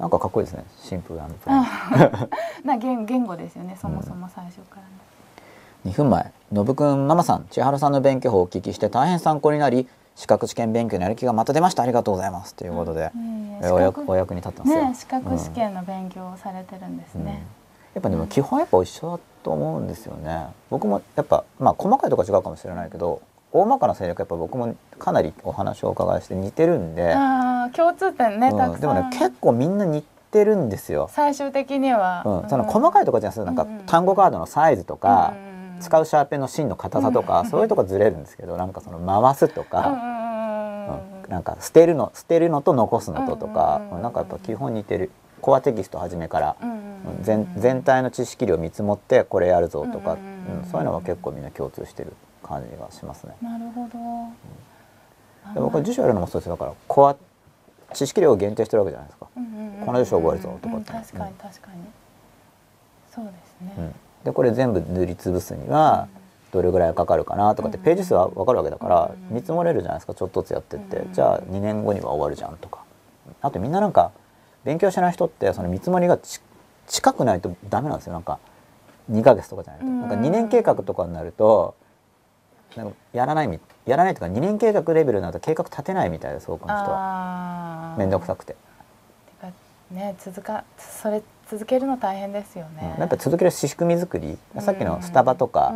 B: なん
A: かかっこいいですね。シンプル&プレーン。
B: な 言, 言語ですよね。そもそも最初から、ね。
A: うん、にふんまえ、のぶくんママさん、千春さんの勉強法をお聞きして大変参考になり、資格試験勉強のやる気がまた出ました。ありがとうございますということで、うん、お, 役お役に立ってますよ。
B: ね、資格試験の勉強をされてるんですね。うん、や
A: っぱでも基本やっぱ一緒だと思うんですよね。僕もやっぱまあ細かいところは違うかもしれないけど、大まかな戦略やっぱ僕もかなりお話をお伺いして似てるんで。
B: あ、共通点ね、うん、たくさん。
A: でもね、結構みんな似てるんですよ。
B: 最終的には。
A: うん、その細かいところじゃなくて、なんか単語カードのサイズとか、うん、使うシャーペンの芯の硬さとか、うん、そういうとこずれるんですけど、なんかその回すとか、うん、なんか捨てるの捨てるのと残すのととか、うん、なんかやっぱ基本似てる。コアテキスト始めから、うん、全, 全体の知識量見積もってこれやるぞとか、うん、そういうのは結構みんな共通してる感じがしますね。
B: なるほど。
A: うん、で僕は辞書やるのもそうです。だからコア知識量を限定してるわけじゃないですか。この辞書覚えるぞとかって、
B: うん、確かに確かに、そうですね。
A: うん、でこれ全部塗りつぶすにはどれぐらいかかるかなとかってページ数は分かるわけだから見積もれるじゃないですか。ちょっとずつやってって、じゃあにねんごには終わるじゃんとか。あとみんななんか勉強しない人ってその見積もりがち近くないとダメなんですよ。なんかにかげつとかじゃないと、なんかにねん計画とかになるとなんかやらないみやらないとかにねん計画レベルになると計画立てないみたいです。多くの人は面倒くさくて。て
B: かね、続かそれ続けるの大変ですよね。
A: うん、やっぱり続ける仕組み作り、うん、さっきのスタバとか、うん、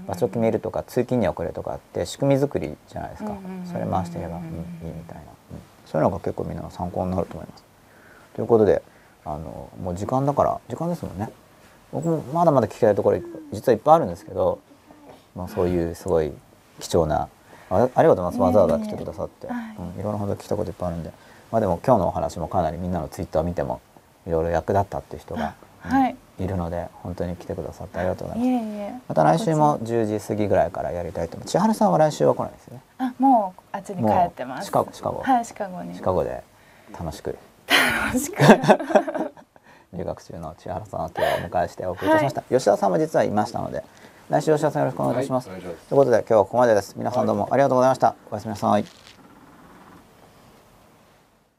A: 場所決めるとか通勤にはこれとかって仕組み作りじゃないですか。それ回してればいいみたいな、うん、そういうのが結構みんなの参考になると思います。ということで、あのもう時間だから時間ですもんね。僕もまだまだ聞きたいところ実はいっぱいあるんですけど、まあ、そういうすごい貴重な あ, ありがとうございます。わざわざ来てくださって、はい、うん、いろんなこと聞いたこといっぱいあるんで、まあ、でも今日のお話もかなりみんなのツイッターを見てもいろいろ役立ったっていう人が、うん、はい、いるので本当に来てくださってありがとうございます。いえいえ、また来週もじゅうじ過ぎぐらいからやりたいと思います。千春さんは来週は来ないですよね。
B: あ、もうあっちに帰ってます。
A: シカゴシカゴ、
B: はい、シカゴに
A: シカゴで楽しく
B: 楽しく
A: 留学中の千原さんを今日お迎えしてお送りいたしました。はい、吉田さんも実はいましたので、来週吉田さんよろしくお願いいたします。はい、ということで今日はここまでです。皆さんどうもありがとうございました。おやすみなさい。